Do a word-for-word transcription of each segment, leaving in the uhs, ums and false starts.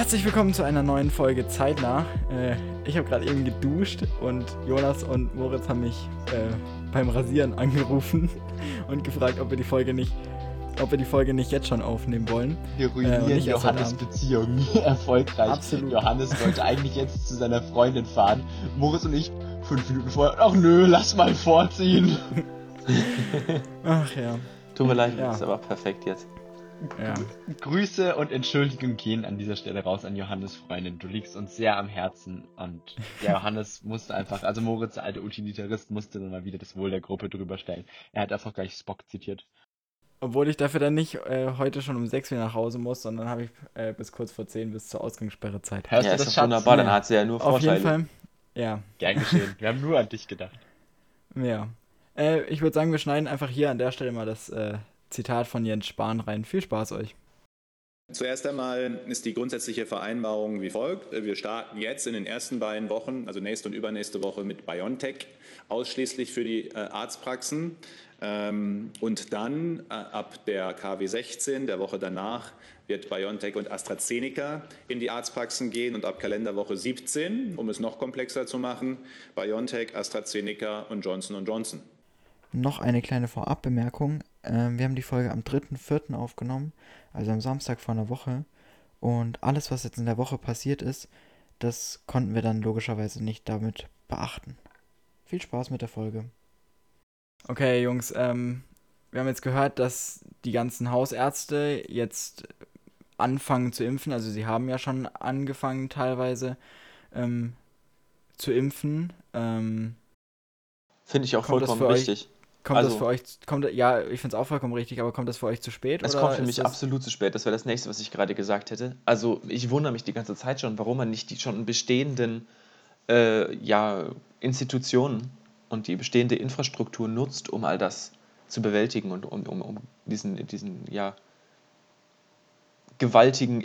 Herzlich willkommen zu einer neuen Folge Zeitnah. Äh, ich habe gerade eben geduscht und Jonas und Moritz haben mich äh, beim Rasieren angerufen und gefragt, ob wir die Folge nicht, ob wir die Folge nicht jetzt schon aufnehmen wollen. Wir ruinieren äh, Johannes' Beziehung erfolgreich. Absolut. Johannes wollte eigentlich jetzt zu seiner Freundin fahren. Moritz und ich fünf Minuten vorher, ach nö, lass mal vorziehen. Ach ja. Tut mir leid, Ja. das ist aber perfekt jetzt. Ja. Grüße und Entschuldigung gehen an dieser Stelle raus an Johannes' Freundin. Du liegst uns sehr am Herzen und der Johannes musste einfach, also Moritz, der alte Utilitarist, musste dann mal wieder das Wohl der Gruppe drüber stellen. Er hat einfach gleich Spock zitiert. Obwohl ich dafür dann nicht äh, heute schon um sechs wieder nach Hause muss, sondern habe ich äh, bis kurz vor zehn bis zur Ausgangssperrezeit. Hörst Ja, du ist das, doch Schatz? wunderbar, dann Ja. hat sie ja nur Auf Vorteile. jeden Fall. Ja. Gern geschehen. Wir haben nur an dich gedacht. Ja. Äh, ich würde sagen, wir schneiden einfach hier an der Stelle mal das äh, Zitat von Jens Spahn rein. Viel Spaß euch. Zuerst einmal ist die grundsätzliche Vereinbarung wie folgt. Wir starten jetzt in den ersten beiden Wochen, also nächste und übernächste Woche, mit BioNTech, ausschließlich für die äh, Arztpraxen. Ähm, und dann äh, ab der K W sechzehn, der Woche danach, wird BioNTech und AstraZeneca in die Arztpraxen gehen. Und ab Kalenderwoche siebzehn, um es noch komplexer zu machen, BioNTech, AstraZeneca und Johnson und Johnson. Noch eine kleine Vorabbemerkung. Ähm, wir haben die Folge am dritten vierten aufgenommen, also am Samstag vor einer Woche. Und alles, was jetzt in der Woche passiert ist, das konnten wir dann logischerweise nicht damit beachten. Viel Spaß mit der Folge. Okay, Jungs, ähm, wir haben jetzt gehört, dass die ganzen Hausärzte jetzt anfangen zu impfen. Also sie haben ja schon angefangen teilweise ähm, zu impfen. Ähm, Finde ich auch Kommt das vollkommen für euch- richtig. Kommt Also- das für euch, kommt, ja, ich finde es auch vollkommen richtig, aber kommt das für euch zu spät? Es oder kommt für ist mich das, absolut zu spät. Das wäre das nächste, was ich gerade gesagt hätte. Also ich wundere mich die ganze Zeit schon, warum man nicht die schon bestehenden äh, ja, Institutionen und die bestehende Infrastruktur nutzt, um all das zu bewältigen und um, um, um diesen, diesen ja, gewaltigen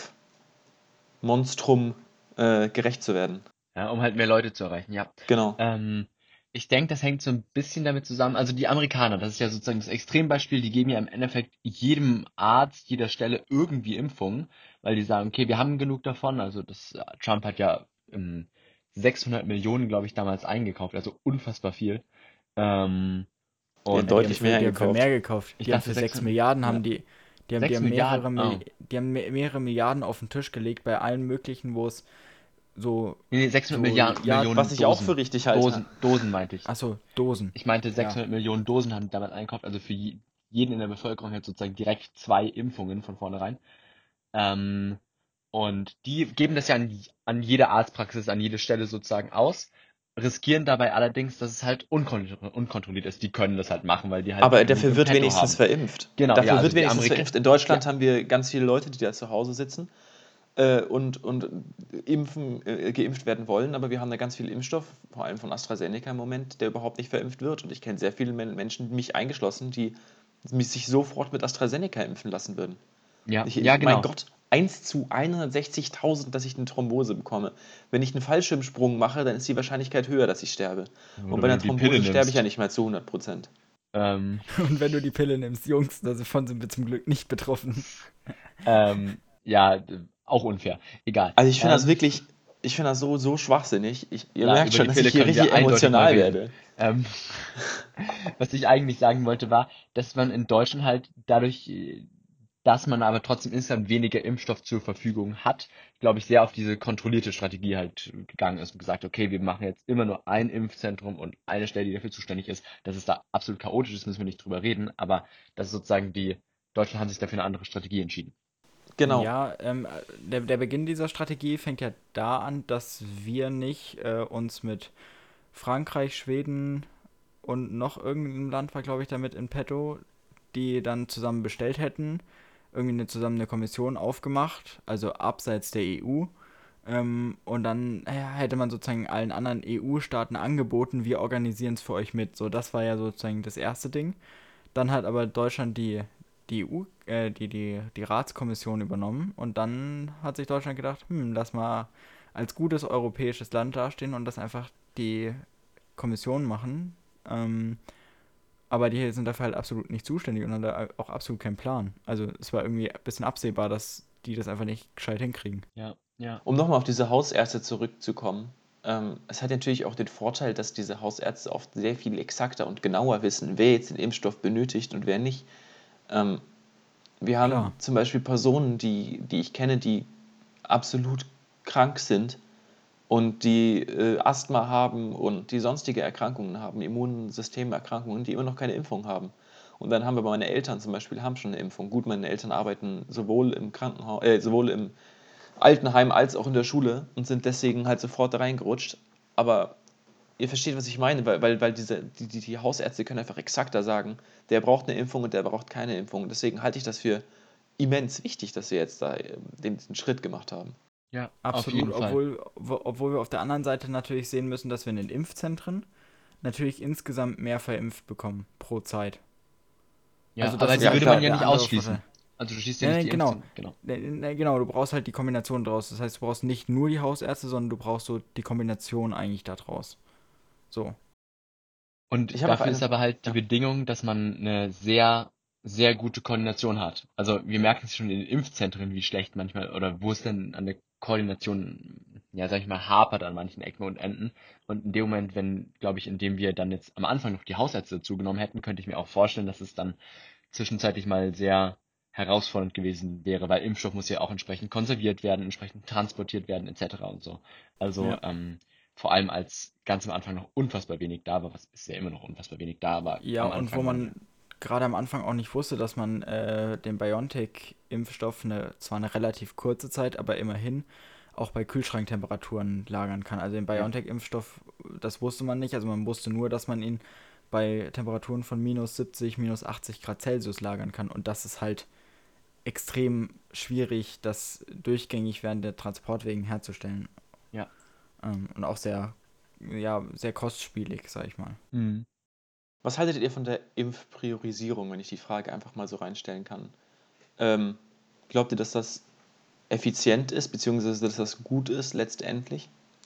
Impfmonstrum äh, gerecht zu werden. Ja, um halt mehr Leute zu erreichen, ja. Genau. Ähm, ich denke, das hängt so ein bisschen damit zusammen. Also die Amerikaner, das ist ja sozusagen das Extrembeispiel, die geben ja im Endeffekt jedem Arzt, jeder Stelle irgendwie Impfungen, weil die sagen, okay, wir haben genug davon. Also das äh, Trump hat ja ähm, sechshundert Millionen, glaube ich, damals eingekauft, also unfassbar viel. Ähm, Ja, und deutlich die haben für, mehr die haben für gekauft. mehr gekauft. Ich Die haben dachte für sechs sechshundert Milliarden ja. haben die, die haben, die Sechs haben mehrere, Milliarden? Milli- die haben me- mehrere Milliarden auf den Tisch gelegt bei allen möglichen, wo es so, Nee, nee, sechshundert So, Milliarden, ja, Millionen was ich Dosen. auch für richtig halte. Dosen, Dosen meinte ich. achso, Dosen. Ich meinte, sechshundert Millionen Dosen haben die damals eingekauft, also für je- jeden in der Bevölkerung halt sozusagen direkt zwei Impfungen von vornherein. Ähm, und die geben das ja an, an jede Arztpraxis, an jede Stelle sozusagen aus, riskieren dabei allerdings, dass es halt unkon unkontrolliert ist. Die können das halt machen, weil die halt Aber genug dafür im wird Petto wenigstens haben. verimpft. Genau, Dafür ja, also wird die wenigstens Amerika- verimpft. In Deutschland haben wir ganz viele Leute, die da zu Hause sitzen äh, und, und impfen, äh, geimpft werden wollen, aber wir haben da ganz viel Impfstoff, vor allem von AstraZeneca im Moment, der überhaupt nicht verimpft wird. Und ich kenne sehr viele Men Menschen, mich eingeschlossen, die mich sich sofort mit AstraZeneca impfen lassen würden. Ja, Ich, ja, genau. Mein Gott, eins zu hundertsechzigtausend, dass ich eine Thrombose bekomme. Wenn ich einen Fallschirmsprung mache, dann ist die Wahrscheinlichkeit höher, dass ich sterbe. Oder Und bei wenn einer du die Pille Thrombose sterbe ich nimmst. ja nicht mal zu hundert Prozent. Ähm, Und wenn du die Pille nimmst, Jungs, davon sind wir zum Glück nicht betroffen. ähm, ja, d- auch unfair. Egal. Also ich finde ähm, das wirklich, ich finde das so, so schwachsinnig. Ich, ihr Ja, merkt über schon, die dass Pille ich hier können wir richtig eindeutig mal emotional reden. werde. Ähm, was ich eigentlich sagen wollte, war, dass man in Deutschland halt dadurch, äh, dass man aber trotzdem insgesamt weniger Impfstoff zur Verfügung hat, glaube ich, sehr auf diese kontrollierte Strategie halt gegangen ist und gesagt, okay, wir machen jetzt immer nur ein Impfzentrum und eine Stelle, die dafür zuständig ist. Dass es da absolut chaotisch ist, müssen wir nicht drüber reden, aber das ist sozusagen die, Deutschland hat sich dafür eine andere Strategie entschieden. Genau. Ja, ähm, der, der Beginn dieser Strategie fängt ja da an, dass wir nicht äh, uns mit Frankreich, Schweden und noch irgendeinem Land war, glaube ich, damit in petto, die dann zusammen bestellt hätten, irgendwie eine, zusammen eine Kommission aufgemacht, also abseits der E U. Ähm, und dann ja, hätte man sozusagen allen anderen E U-Staaten angeboten, wir organisieren es für euch mit. So, das war ja sozusagen das erste Ding. Dann hat aber Deutschland die, die E U, äh, die, die, die Ratskommission übernommen und dann hat sich Deutschland gedacht, hm, lass mal als gutes europäisches Land dastehen und das einfach die Kommission machen. Ähm, aber die sind dafür halt absolut nicht zuständig und haben da auch absolut keinen Plan. Also es war irgendwie ein bisschen absehbar, dass die das einfach nicht gescheit hinkriegen. Ja, ja. Um nochmal auf diese Hausärzte zurückzukommen, ähm, es hat natürlich auch den Vorteil, dass diese Hausärzte oft sehr viel exakter und genauer wissen, wer jetzt den Impfstoff benötigt und wer nicht. Ähm, wir haben Klar. zum Beispiel Personen, die, die ich kenne, die absolut krank sind und die äh, Asthma haben und die sonstige Erkrankungen haben, Immunsystemerkrankungen, die immer noch keine Impfung haben. Und dann haben wir meine Eltern zum Beispiel, haben schon eine Impfung. Gut, meine Eltern arbeiten sowohl im Krankenhaus, äh, sowohl im Altenheim als auch in der Schule und sind deswegen halt sofort da reingerutscht. Aber ihr versteht, was ich meine, weil, weil, weil diese, die, die, die Hausärzte können einfach exakter sagen, der braucht eine Impfung und der braucht keine Impfung. Deswegen halte ich das für immens wichtig, dass wir jetzt da äh, den, den Schritt gemacht haben. Ja, auf Absolut, jeden Fall. obwohl, wo- obwohl wir auf der anderen Seite natürlich sehen müssen, dass wir in den Impfzentren natürlich insgesamt mehr verimpft bekommen pro Zeit. Ja, Also das aber ist die ja halt würde klar, man ja der nicht andere ausschließen. Vorteil. Also du schließt ja Nee, nicht nee, die genau. Impfzentren. Genau. Nee, nee, genau, du brauchst halt die Kombination draus. Das heißt, du brauchst nicht nur die Hausärzte, sondern du brauchst so die Kombination eigentlich da draus. So. Und Ich habe noch dafür eine. ist aber halt die Ja. Bedingung, dass man eine sehr, sehr gute Koordination hat. Also wir merken es schon in den Impfzentren, wie schlecht manchmal oder wo es denn an der Koordination, ja, sag ich mal, hapert an manchen Ecken und Enden. Und in dem Moment, wenn, glaube ich, in dem wir dann jetzt am Anfang noch die Hausärzte dazugenommen hätten, könnte ich mir auch vorstellen, dass es dann zwischenzeitlich mal sehr herausfordernd gewesen wäre, weil Impfstoff muss ja auch entsprechend konserviert werden, entsprechend transportiert werden, et cetera und so. Also Ja. ähm, vor allem als ganz am Anfang noch unfassbar wenig da war, was ist ja immer noch unfassbar wenig da, aber Ja, am und wo Anfang waren wir. man gerade am Anfang auch nicht wusste, dass man äh, den BioNTech-Impfstoff eine, zwar eine relativ kurze Zeit, aber immerhin auch bei Kühlschranktemperaturen lagern kann. Also den Ja, BioNTech-Impfstoff, das wusste man nicht. Also man wusste nur, dass man ihn bei Temperaturen von minus siebzig, minus achtzig Grad Celsius lagern kann. Und das ist halt extrem schwierig, das durchgängig während der Transportwegen herzustellen. ja. Ähm, und auch sehr, ja, sehr kostspielig, sag ich mal. Mhm. Was haltet ihr von der Impfpriorisierung, wenn ich die Frage einfach mal so reinstellen kann? Ähm, glaubt ihr, dass das effizient ist, beziehungsweise dass das gut ist letztendlich?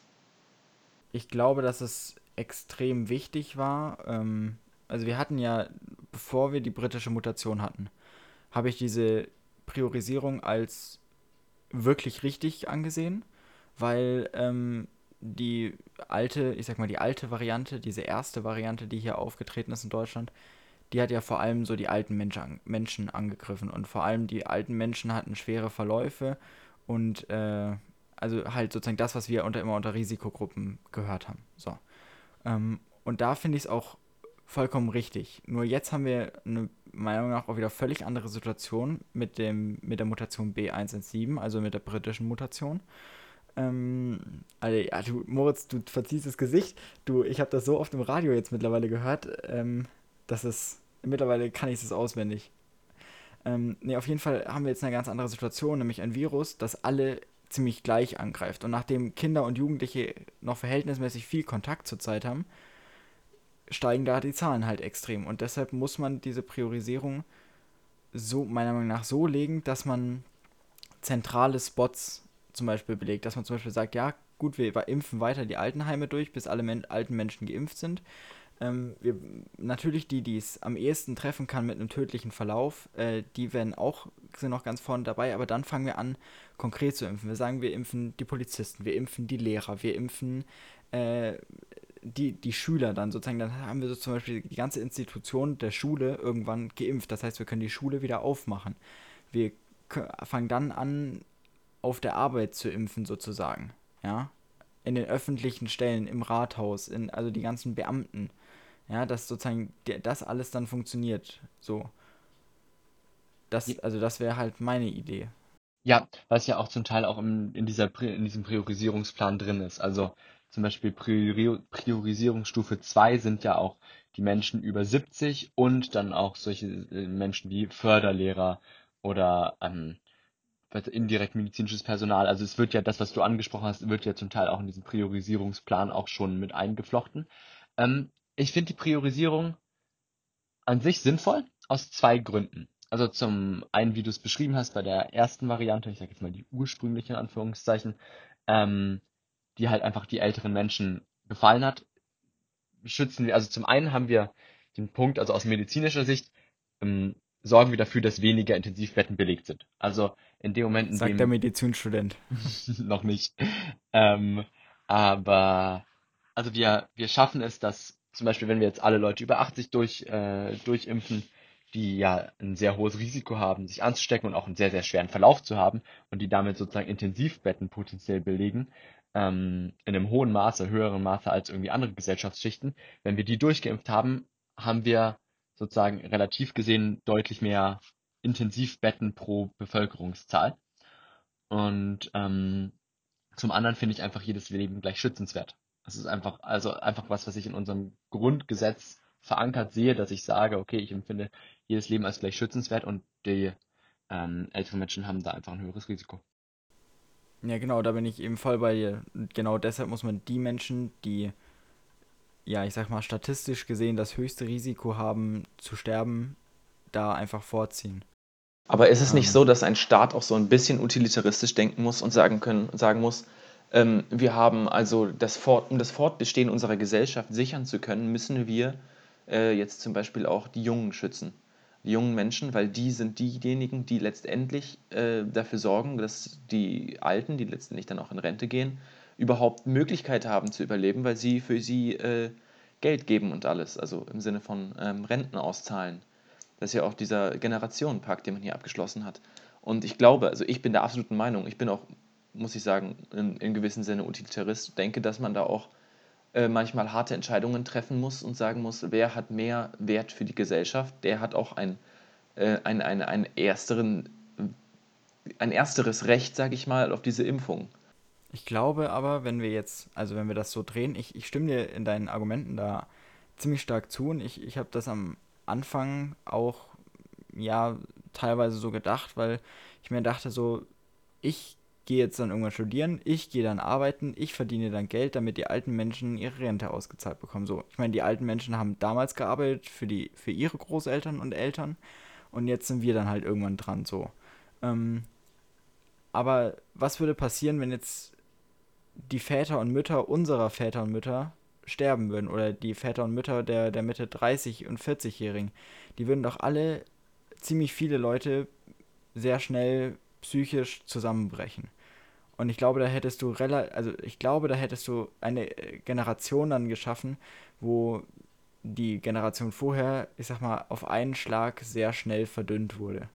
Ich glaube, dass es extrem wichtig war. Ähm, also wir hatten ja, bevor wir die britische Mutation hatten, habe ich diese Priorisierung als wirklich richtig angesehen, weil ähm, die alte, ich sag mal, die alte Variante, diese erste Variante, die hier aufgetreten ist in Deutschland, die hat ja vor allem so die alten Menschen, Menschen angegriffen und vor allem die alten Menschen hatten schwere Verläufe und äh, also halt sozusagen das, was wir unter, immer unter Risikogruppen gehört haben. So. Ähm, und da finde ich es auch vollkommen richtig. Nur jetzt haben wir eine Meinung nach auch wieder völlig andere Situation mit, dem, mit der Mutation B eins eins sieben, also mit der britischen Mutation. Ähm, also, ja, du, Moritz, du verziehst das Gesicht. Du, ich habe das so oft im Radio jetzt mittlerweile gehört, ähm, dass es mittlerweile kann ich es auswendig. Ähm, nee, auf jeden Fall haben wir jetzt eine ganz andere Situation, nämlich ein Virus, das alle ziemlich gleich angreift. Und nachdem Kinder und Jugendliche noch verhältnismäßig viel Kontakt zurzeit haben, steigen da die Zahlen halt extrem. Und deshalb muss man diese Priorisierung so, meiner Meinung nach, so legen, dass man zentrale Spots zum Beispiel belegt. Dass man zum Beispiel sagt, ja, gut, wir impfen weiter die Altenheime durch, bis alle men alten Menschen geimpft sind. Ähm, wir, natürlich die, die es am ehesten treffen kann mit einem tödlichen Verlauf, äh, die werden auch, sind noch ganz vorne dabei, aber dann fangen wir an, konkret zu impfen. Wir sagen, wir impfen die Polizisten, wir impfen die Lehrer, wir impfen äh, die, die Schüler dann sozusagen. Dann haben wir so zum Beispiel die ganze Institution der Schule irgendwann geimpft. Das heißt, wir können die Schule wieder aufmachen. Wir fangen dann an, auf der Arbeit zu impfen sozusagen. Ja, in den öffentlichen Stellen, im Rathaus, in, also die ganzen Beamten. Ja, dass sozusagen das alles dann funktioniert. So. Das, also das wäre halt meine Idee. Ja, was ja auch zum Teil auch im, in dieser, Pri- in diesem Priorisierungsplan drin ist. Also zum Beispiel Priori Priorisierungsstufe zwei sind ja auch die Menschen über siebzig und dann auch solche äh, Menschen wie Förderlehrer oder ähm, was- indirekt medizinisches Personal. Also es wird ja das, was du angesprochen hast, wird ja zum Teil auch in diesen Priorisierungsplan auch schon mit eingeflochten. Ähm, ich finde die Priorisierung an sich sinnvoll aus zwei Gründen. Also zum einen, wie du es beschrieben hast, bei der ersten Variante, ich sage jetzt mal die ursprüngliche in Anführungszeichen, ähm, die halt einfach die älteren Menschen gefallen hat, schützen wir, also zum einen haben wir den Punkt, also aus medizinischer Sicht, ähm, sorgen wir dafür, dass weniger Intensivbetten belegt sind. Also in dem Moment, in Sagt der dem Medizinstudent. noch nicht. Ähm, aber also wir, wir schaffen es, dass zum Beispiel, wenn wir jetzt alle Leute über achtzig durch, äh, durchimpfen, die ja ein sehr hohes Risiko haben, sich anzustecken und auch einen sehr, sehr schweren Verlauf zu haben und die damit sozusagen Intensivbetten potenziell belegen, ähm, in einem hohen Maße, höheren Maße als irgendwie andere Gesellschaftsschichten. Wenn wir die durchgeimpft haben, haben wir sozusagen relativ gesehen deutlich mehr Intensivbetten pro Bevölkerungszahl. Und ähm, zum anderen finde ich einfach jedes Leben gleich schützenswert. Es ist einfach, also einfach was, was ich in unserem Grundgesetz verankert sehe, dass ich sage, okay, ich empfinde jedes Leben als gleich schützenswert und die ähm, älteren Menschen haben da einfach ein höheres Risiko. Ja, genau, da bin ich eben voll bei dir. Und genau deshalb muss man die Menschen, die, ja, ich sag mal, statistisch gesehen das höchste Risiko haben zu sterben, da einfach vorziehen. Aber ist es nicht Ähm, so, dass ein Staat auch so ein bisschen utilitaristisch denken muss und sagen können, sagen muss, ähm, wir haben also das Fort, um das Fortbestehen unserer Gesellschaft sichern zu können, müssen wir äh, jetzt zum Beispiel auch die Jungen schützen. Die jungen Menschen, weil die sind diejenigen, die letztendlich äh, dafür sorgen, dass die Alten, die letztendlich dann auch in Rente gehen, überhaupt Möglichkeit haben zu überleben, weil sie für sie äh, Geld geben und alles, also im Sinne von ähm, Renten auszahlen. Das ist ja auch dieser Generationenpakt, den man hier abgeschlossen hat. Und ich glaube, also ich bin der absoluten Meinung, ich bin auch, muss ich sagen, in, in gewissem Sinne Utilitarist, denke, dass man da auch äh, manchmal harte Entscheidungen treffen muss und sagen muss, wer hat mehr Wert für die Gesellschaft, der hat auch ein, äh, ein, ein, ein, ersteren, ein ersteres Recht, sage ich mal, auf diese Impfung. Ich glaube aber, wenn wir jetzt, also wenn wir das so drehen, ich, ich stimme dir in deinen Argumenten da ziemlich stark zu und ich, ich habe das am Anfang auch, ja, teilweise so gedacht, weil ich mir dachte so, ich gehe jetzt dann irgendwann studieren, ich gehe dann arbeiten, ich verdiene dann Geld, damit die alten Menschen ihre Rente ausgezahlt bekommen. So, ich meine, die alten Menschen haben damals gearbeitet für die, für ihre Großeltern und Eltern und jetzt sind wir dann halt irgendwann dran so. Ähm, aber was würde passieren, wenn jetzt die Väter und Mütter unserer Väter und Mütter sterben würden oder die Väter und Mütter der, der Mitte dreißig- und vierzig-Jährigen, die würden doch alle, ziemlich viele Leute, sehr schnell psychisch zusammenbrechen. Und ich glaube, da hättest du rela also ich glaube, da hättest du eine äh, Generation dann geschaffen, wo die Generation vorher, ich sag mal, auf einen Schlag sehr schnell verdünnt wurde.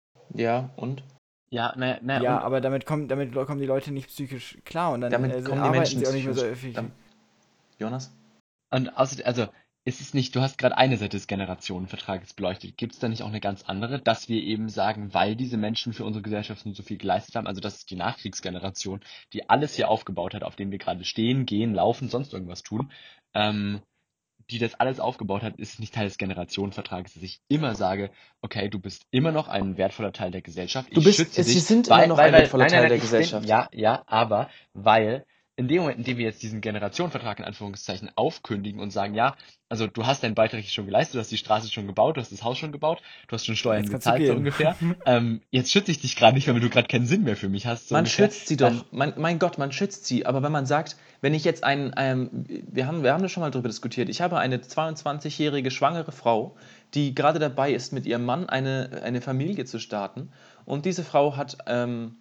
Ja, und? Ja, naja, naja, Ja, und aber damit kommen, damit kommen die Leute nicht psychisch klar und dann Damit äh, kommen die arbeiten Menschen sie auch nicht mehr so psychisch. effektiv. Dann, Jonas? Und außerdem, also ist es nicht, du hast gerade eine Seite des Generationenvertrages beleuchtet. Gibt es da nicht auch eine ganz andere, dass wir eben sagen, weil diese Menschen für unsere Gesellschaft so viel geleistet haben, also das ist die Nachkriegsgeneration, die alles hier aufgebaut hat, auf dem wir gerade stehen, gehen, laufen, sonst irgendwas tun, ähm, die das alles aufgebaut hat, ist nicht Teil des Generationenvertrages, dass ich immer sage, okay, du bist immer noch ein wertvoller Teil der Gesellschaft, Du ich bist, schütze sie dich, sind immer weil, noch weil, ein weil, wertvoller nein, nein, Teil nein, der ich bin, Gesellschaft. ja, ja, aber, weil in dem Moment, in dem wir jetzt diesen Generationenvertrag in Anführungszeichen aufkündigen und sagen, ja, also du hast deinen Beitrag schon geleistet, du hast die Straße schon gebaut, du hast das Haus schon gebaut, du hast schon Steuern Jetzt kannst du gezahlt, so gehen. ungefähr, ähm, jetzt schütze ich dich gerade nicht mehr, weil du gerade keinen Sinn mehr für mich hast, so Man ungefähr, schützt sie dann, doch. Mein, mein Gott, man schützt sie. Aber wenn man sagt, wenn ich jetzt ein, ähm, wir haben, wir haben das schon mal darüber diskutiert. Ich habe eine zweiundzwanzigjährige schwangere Frau, die gerade dabei ist, mit ihrem Mann eine, eine Familie zu starten. Und diese Frau hat ähm,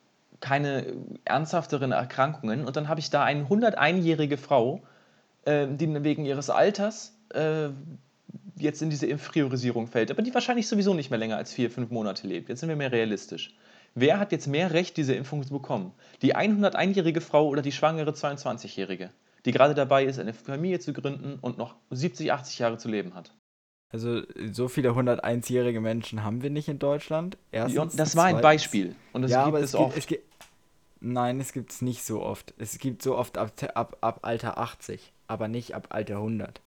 keine ernsthafteren Erkrankungen. Und dann habe ich da eine hunderteinjährige Frau, äh, die wegen ihres Alters äh, jetzt in diese Impfpriorisierung fällt, aber die wahrscheinlich sowieso nicht mehr länger als vier, fünf Monate lebt. Jetzt sind wir mehr realistisch. Wer hat jetzt mehr Recht, diese Impfung zu bekommen? Die hunderteinjährige Frau oder die schwangere zweiundzwanzigjährige, die gerade dabei ist, eine Familie zu gründen und noch siebzig, achtzig Jahre zu leben hat? Also so viele hunderteinjährige Menschen haben wir nicht in Deutschland. Erstens. Das war ein Zweitens. Beispiel und das Ja, gibt aber es es gibt, es oft. gibt. Nein, es gibt es nicht so oft. Es gibt so oft ab, ab, ab Alter achtzig, aber nicht ab Alter hundert.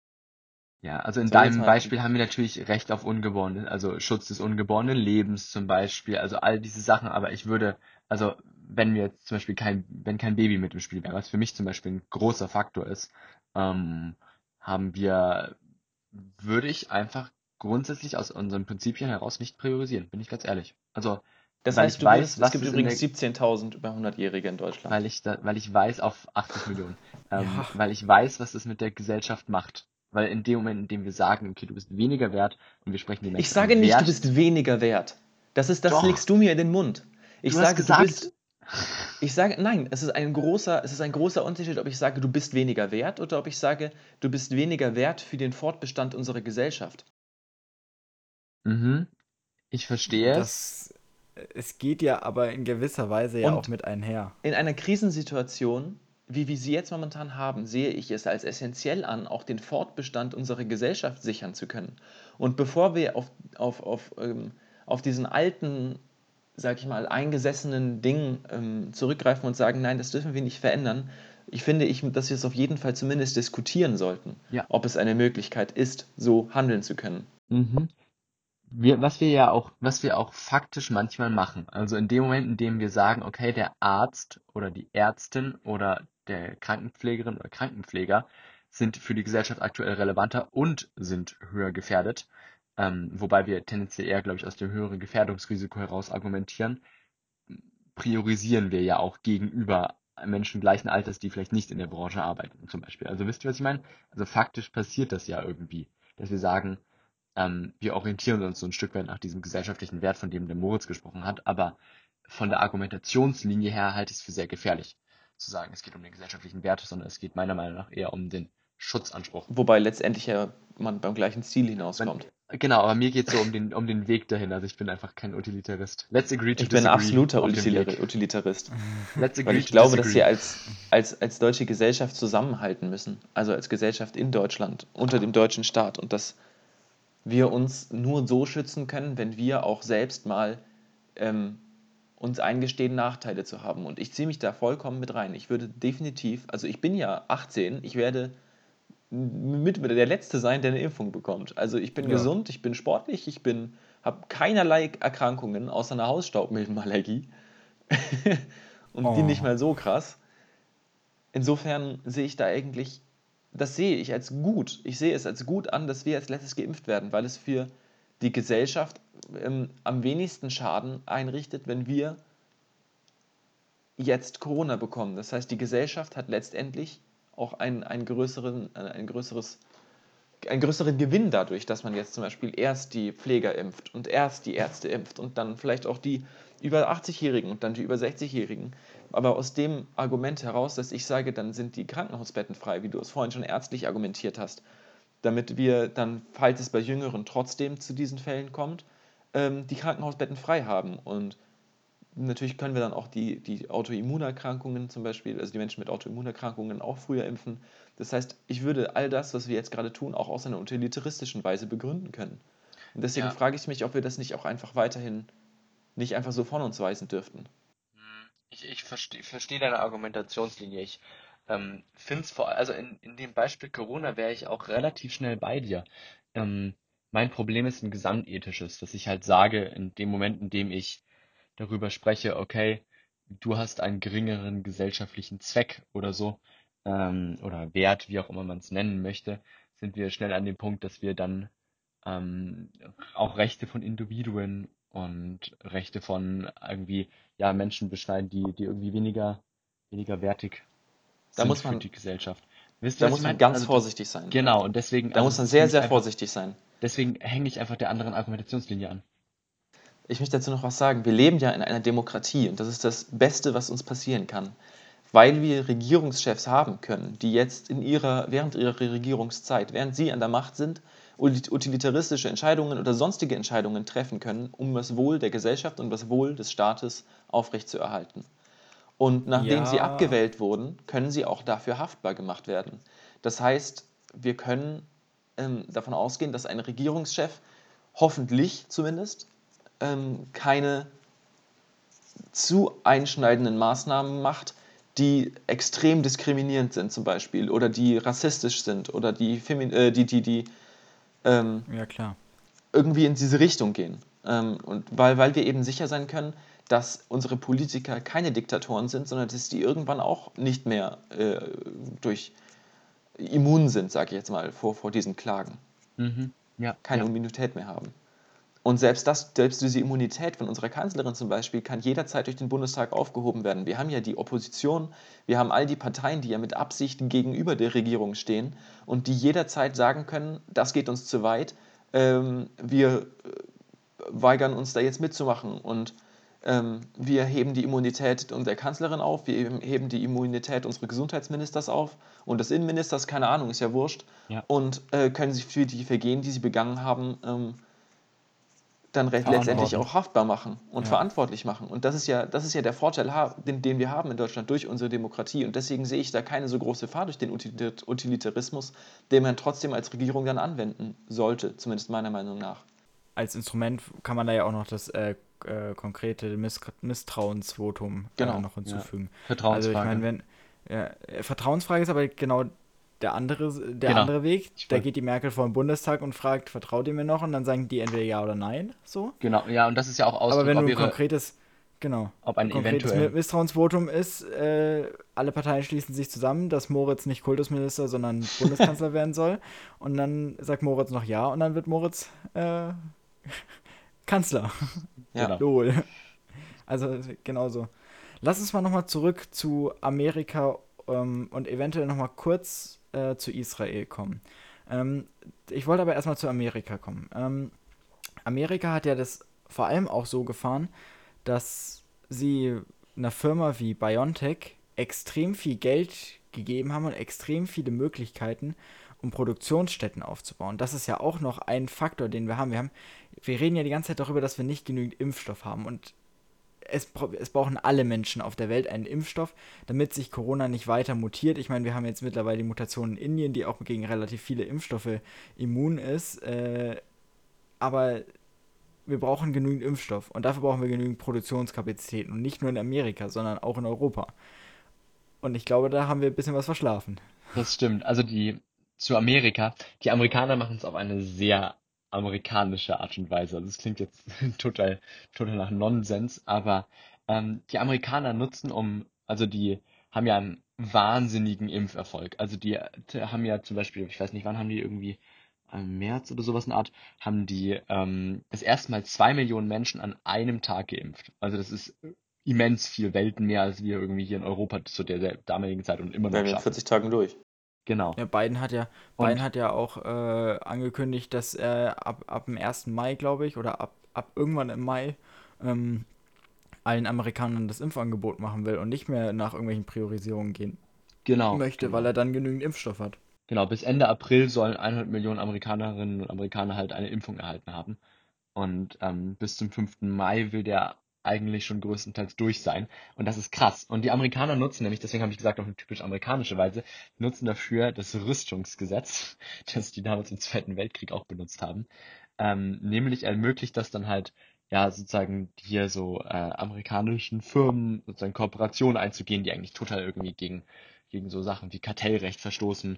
ja, also in So, jetzt deinem mal. Beispiel haben wir natürlich Recht auf Ungeborene, also Schutz des ungeborenen Lebens zum Beispiel, also all diese Sachen, aber ich würde, also wenn wir jetzt zum Beispiel kein, wenn kein Baby mit im Spiel wäre, was für mich zum Beispiel ein großer Faktor ist, ähm, haben wir, würde ich einfach grundsätzlich aus unseren Prinzipien heraus nicht priorisieren, bin ich ganz ehrlich. Also, Das weil heißt, ich du würdest, weiß, es was gibt es in übrigens der, siebzehntausend über hundertjährige in Deutschland. weil ich da, weil ich weiß auf achtzig Millionen, ähm, Ja, weil ich weiß, was es mit der Gesellschaft macht. Weil in dem Moment, in dem wir sagen, okay, du bist weniger wert und wir sprechen die Ich Menschen sage an nicht, du Wert, bist weniger wert. Das ist, das doch, legst du mir in den Mund. Ich du hast sage, du gesagt, bist, ich sage, nein, es ist ein großer, es ist ein großer Unterschied, ob ich sage, du bist weniger wert oder ob ich sage, du bist weniger wert für den Fortbestand unserer Gesellschaft. mhm, ich verstehe es. Das, es geht ja aber in gewisser Weise ja auch Und mit einher. in einer Krisensituation, wie wir sie jetzt momentan haben, sehe ich es als essentiell an, auch den Fortbestand unserer Gesellschaft sichern zu können. Und bevor wir auf, auf, auf, ähm, auf diesen alten, sag ich mal, eingesessenen Dingen ähm, zurückgreifen und sagen, nein, das dürfen wir nicht verändern, ich finde, ich, dass wir es auf jeden Fall zumindest diskutieren sollten, Ja. ob es eine Möglichkeit ist, so handeln zu können. Mhm. Wir, was wir ja auch, was wir auch faktisch manchmal machen. Also in dem Moment, in dem wir sagen, okay, der Arzt oder die Ärztin oder der Krankenpflegerin oder Krankenpfleger sind für die Gesellschaft aktuell relevanter und sind höher gefährdet, ähm, wobei wir tendenziell eher, glaube ich, aus dem höheren Gefährdungsrisiko heraus argumentieren, priorisieren wir ja auch gegenüber Menschen gleichen Alters, die vielleicht nicht in der Branche arbeiten, zum Beispiel. Also wisst ihr, was ich meine? Also faktisch passiert das ja irgendwie, dass wir sagen, ähm, wir orientieren uns so ein Stück weit nach diesem gesellschaftlichen Wert, von dem der Moritz gesprochen hat, aber von der Argumentationslinie her halte ich es für sehr gefährlich, zu sagen, es geht um den gesellschaftlichen Wert, sondern es geht meiner Meinung nach eher um den Schutzanspruch. Wobei letztendlich ja man beim gleichen Ziel Man, hinauskommt. genau, aber mir geht es so um den, um den Weg dahin. Also ich bin einfach kein Utilitarist. Let's agree to Ich bin ein disagree absoluter auf dem Utilitar- Weg. Utilitarist. Let's Weil agree ich to glaube, dass disagree. wir als, als, als deutsche Gesellschaft zusammenhalten müssen. Also als Gesellschaft in Deutschland, unter dem deutschen Staat. Und dass wir uns nur so schützen können, wenn wir auch selbst mal ähm, uns eingestehen, Nachteile zu haben. Und ich ziehe mich da vollkommen mit rein. Ich würde definitiv, also ich bin ja achtzehn, ich werde mit der Letzte sein, der eine Impfung bekommt. Also ich bin Ja. gesund, ich bin sportlich, ich bin, habe keinerlei Erkrankungen außer einer Hausstaubmilbenallergie. Und die nicht Oh. mal so krass. Insofern sehe ich da eigentlich, das sehe ich als gut. Ich sehe es als gut an, dass wir als letztes geimpft werden, weil es für die Gesellschaft ähm, am wenigsten Schaden einrichtet, wenn wir jetzt Corona bekommen. Das heißt, die Gesellschaft hat letztendlich auch einen, einen, größeren, äh, ein größeres einen größeren Gewinn dadurch, dass man jetzt zum Beispiel erst die Pfleger impft und erst die Ärzte impft und dann vielleicht auch die über achtzig-Jährigen und dann die über sechzig-Jährigen. Aber aus dem Argument heraus, dass ich sage, dann sind die Krankenhausbetten frei, wie du es vorhin schon ärztlich argumentiert hast, damit wir dann, falls es bei Jüngeren trotzdem zu diesen Fällen kommt, ähm, die Krankenhausbetten frei haben. Und natürlich können wir dann auch die, die Autoimmunerkrankungen zum Beispiel, also die Menschen mit Autoimmunerkrankungen auch früher impfen. Das heißt, ich würde all das, was wir jetzt gerade tun, auch aus einer utilitaristischen Weise begründen können. Und deswegen Ja. frage ich mich, ob wir das nicht auch einfach weiterhin nicht einfach so von uns weisen dürften. Ich, ich verstehe versteh deine Argumentationslinie. Ich ähm, finde es vor, also in, in dem Beispiel Corona wäre ich auch relativ schnell bei dir. Ähm, mein Problem ist ein gesamtethisches, dass ich halt sage, in dem Moment, in dem ich darüber spreche, okay, du hast einen geringeren gesellschaftlichen Zweck oder so, ähm, oder Wert, wie auch immer man es nennen möchte, sind wir schnell an dem Punkt, dass wir dann ähm, auch Rechte von Individuen und Rechte von irgendwie ja Menschen beschneiden, die, die irgendwie weniger, weniger wertig Da sind muss für man, die Gesellschaft. Wisst ihr, da was ich muss man meine? ganz Also das, vorsichtig sein. genau, und deswegen, Da also muss es man ist für sehr, mich sehr einfach, vorsichtig sein. deswegen hänge ich einfach der anderen Argumentationslinie an. Ich möchte dazu noch was sagen. Wir leben ja in einer Demokratie und das ist das Beste, was uns passieren kann. Weil wir Regierungschefs haben können, die jetzt in ihrer, während ihrer Regierungszeit, während sie an der Macht sind, utilitaristische Entscheidungen oder sonstige Entscheidungen treffen können, um das Wohl der Gesellschaft und das Wohl des Staates aufrechtzuerhalten. Und nachdem sie Ja, abgewählt wurden, können sie auch dafür haftbar gemacht werden. Das heißt, wir können ähm, davon ausgehen, dass ein Regierungschef hoffentlich zumindest ähm, keine zu einschneidenden Maßnahmen macht, die extrem diskriminierend sind zum Beispiel oder die rassistisch sind oder die, Femi äh, die, die, die ähm, ja klar. irgendwie in diese Richtung gehen. Ähm, und weil, weil wir eben sicher sein können, dass unsere Politiker keine Diktatoren sind, sondern dass die irgendwann auch nicht mehr äh, durch immun sind, sage ich jetzt mal, vor, vor diesen Klagen. Mhm. Ja, Keine ja. Immunität mehr haben. Und selbst das, selbst diese Immunität von unserer Kanzlerin zum Beispiel, kann jederzeit durch den Bundestag aufgehoben werden. Wir haben ja die Opposition, wir haben all die Parteien, die ja mit Absicht gegenüber der Regierung stehen und die jederzeit sagen können, das geht uns zu weit, ähm, wir äh, weigern uns da jetzt mitzumachen. Und ähm, wir heben die Immunität der Kanzlerin auf, wir heben die Immunität unseres Gesundheitsministers auf und des Innenministers, keine Ahnung, ist ja wurscht, Ja. und äh, können sich für die Vergehen, die sie begangen haben, ähm, dann recht Verantworten. letztendlich auch haftbar machen und Ja. verantwortlich machen. Und das ist ja, das ist ja der Vorteil, ha- den, den wir haben in Deutschland durch unsere Demokratie. Und deswegen sehe ich da keine so große Gefahr durch den Utilita- Utilitarismus, den man trotzdem als Regierung dann anwenden sollte, zumindest meiner Meinung nach. Als Instrument kann man da ja auch noch das äh, äh, konkrete Miss Misstrauensvotum Genau. äh, noch hinzufügen. Vertrauensfrage. Also ich meine, wenn ja, äh, Vertrauensfrage ist aber genau der andere, der Genau. andere Weg. Ich Da wollt- geht die Merkel vor den Bundestag und fragt, vertraut ihr mir noch? Und dann sagen die entweder ja oder nein. So. Genau, ja, und das ist ja auch Ausdruck, Aber wenn du ob ein ihre, konkretes, genau, ob ein ein konkretes eventuell, Misstrauensvotum ist, äh, alle Parteien schließen sich zusammen, dass Moritz nicht Kultusminister, sondern Bundeskanzler werden soll. Und dann sagt Moritz noch ja und dann wird Moritz äh, Kanzler. Ja. Genau. Lol. Also genauso. Lass uns mal nochmal zurück zu Amerika ähm, und eventuell nochmal kurz äh, zu Israel kommen. Ähm, ich wollte aber erstmal zu Amerika kommen. Ähm, Amerika hat ja das vor allem auch so gefahren, dass sie einer Firma wie BioNTech extrem viel Geld gegeben haben und extrem viele Möglichkeiten, um Produktionsstätten aufzubauen. Das ist ja auch noch ein Faktor, den wir haben. Wir haben, wir reden ja die ganze Zeit darüber, dass wir nicht genügend Impfstoff haben und es, bra- es brauchen alle Menschen auf der Welt einen Impfstoff, damit sich Corona nicht weiter mutiert. Ich meine, wir haben jetzt mittlerweile die Mutation in Indien, die auch gegen relativ viele Impfstoffe immun ist. Äh, aber wir brauchen genügend Impfstoff und dafür brauchen wir genügend Produktionskapazitäten und nicht nur in Amerika, sondern auch in Europa. Und ich glaube, da haben wir ein bisschen was verschlafen. Das stimmt. Also die zu Amerika, die Amerikaner machen es auf eine sehr amerikanische Art und Weise. Also das klingt jetzt total, total nach Nonsens, aber ähm, die Amerikaner nutzen um, also die haben ja einen wahnsinnigen Impferfolg. Also die äh, haben ja zum Beispiel, ich weiß nicht, wann haben die irgendwie im März oder sowas in der Art, haben die ähm, das erste Mal zwei Millionen Menschen an einem Tag geimpft. Also das ist immens viel, Welten mehr, als wir irgendwie hier in Europa zu der, der damaligen Zeit und immer noch Wären wir in schaffen. vierzig Tagen durch. Genau. Ja, Biden hat ja, Und- Biden hat ja auch äh, angekündigt, dass er ab, ab dem ersten Mai, glaube ich, oder ab, ab irgendwann im Mai ähm, allen Amerikanern das Impfangebot machen will und nicht mehr nach irgendwelchen Priorisierungen gehen Genau. möchte, genau. weil er dann genügend Impfstoff hat. Genau, bis Ende April sollen hundert Millionen Amerikanerinnen und Amerikaner halt eine Impfung erhalten haben. Und ähm, bis zum fünften Mai will der eigentlich schon größtenteils durch sein. Und das ist krass. Und die Amerikaner nutzen nämlich, deswegen habe ich gesagt, auf eine typisch amerikanische Weise, nutzen dafür das Rüstungsgesetz, das die damals im Zweiten Weltkrieg auch benutzt haben. Ähm, nämlich ermöglicht das dann halt, ja, sozusagen hier so äh, amerikanischen Firmen sozusagen Kooperationen einzugehen, die eigentlich total irgendwie gegen, gegen so Sachen wie Kartellrecht verstoßen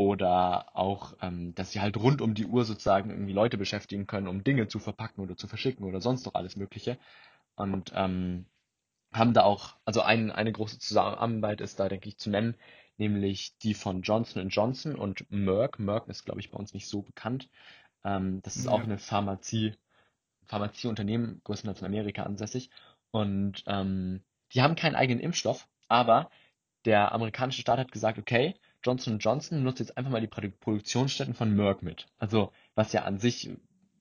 oder auch, ähm, dass sie halt rund um die Uhr sozusagen irgendwie Leute beschäftigen können, um Dinge zu verpacken oder zu verschicken oder sonst noch alles Mögliche. Und ähm, haben da auch, also ein, eine große Zusammenarbeit ist da, denke ich, zu nennen, nämlich die von Johnson and Johnson und Merck. Merck ist, glaube ich, bei uns nicht so bekannt. Ähm, das ist Ja. auch eine Pharmazie, Pharmazieunternehmen, größtenteils in Amerika ansässig. Und ähm, die haben keinen eigenen Impfstoff, aber der amerikanische Staat hat gesagt, okay, Johnson and Johnson nutzt jetzt einfach mal die Produ- Produktionsstätten von Merck mit. Also, was ja an sich,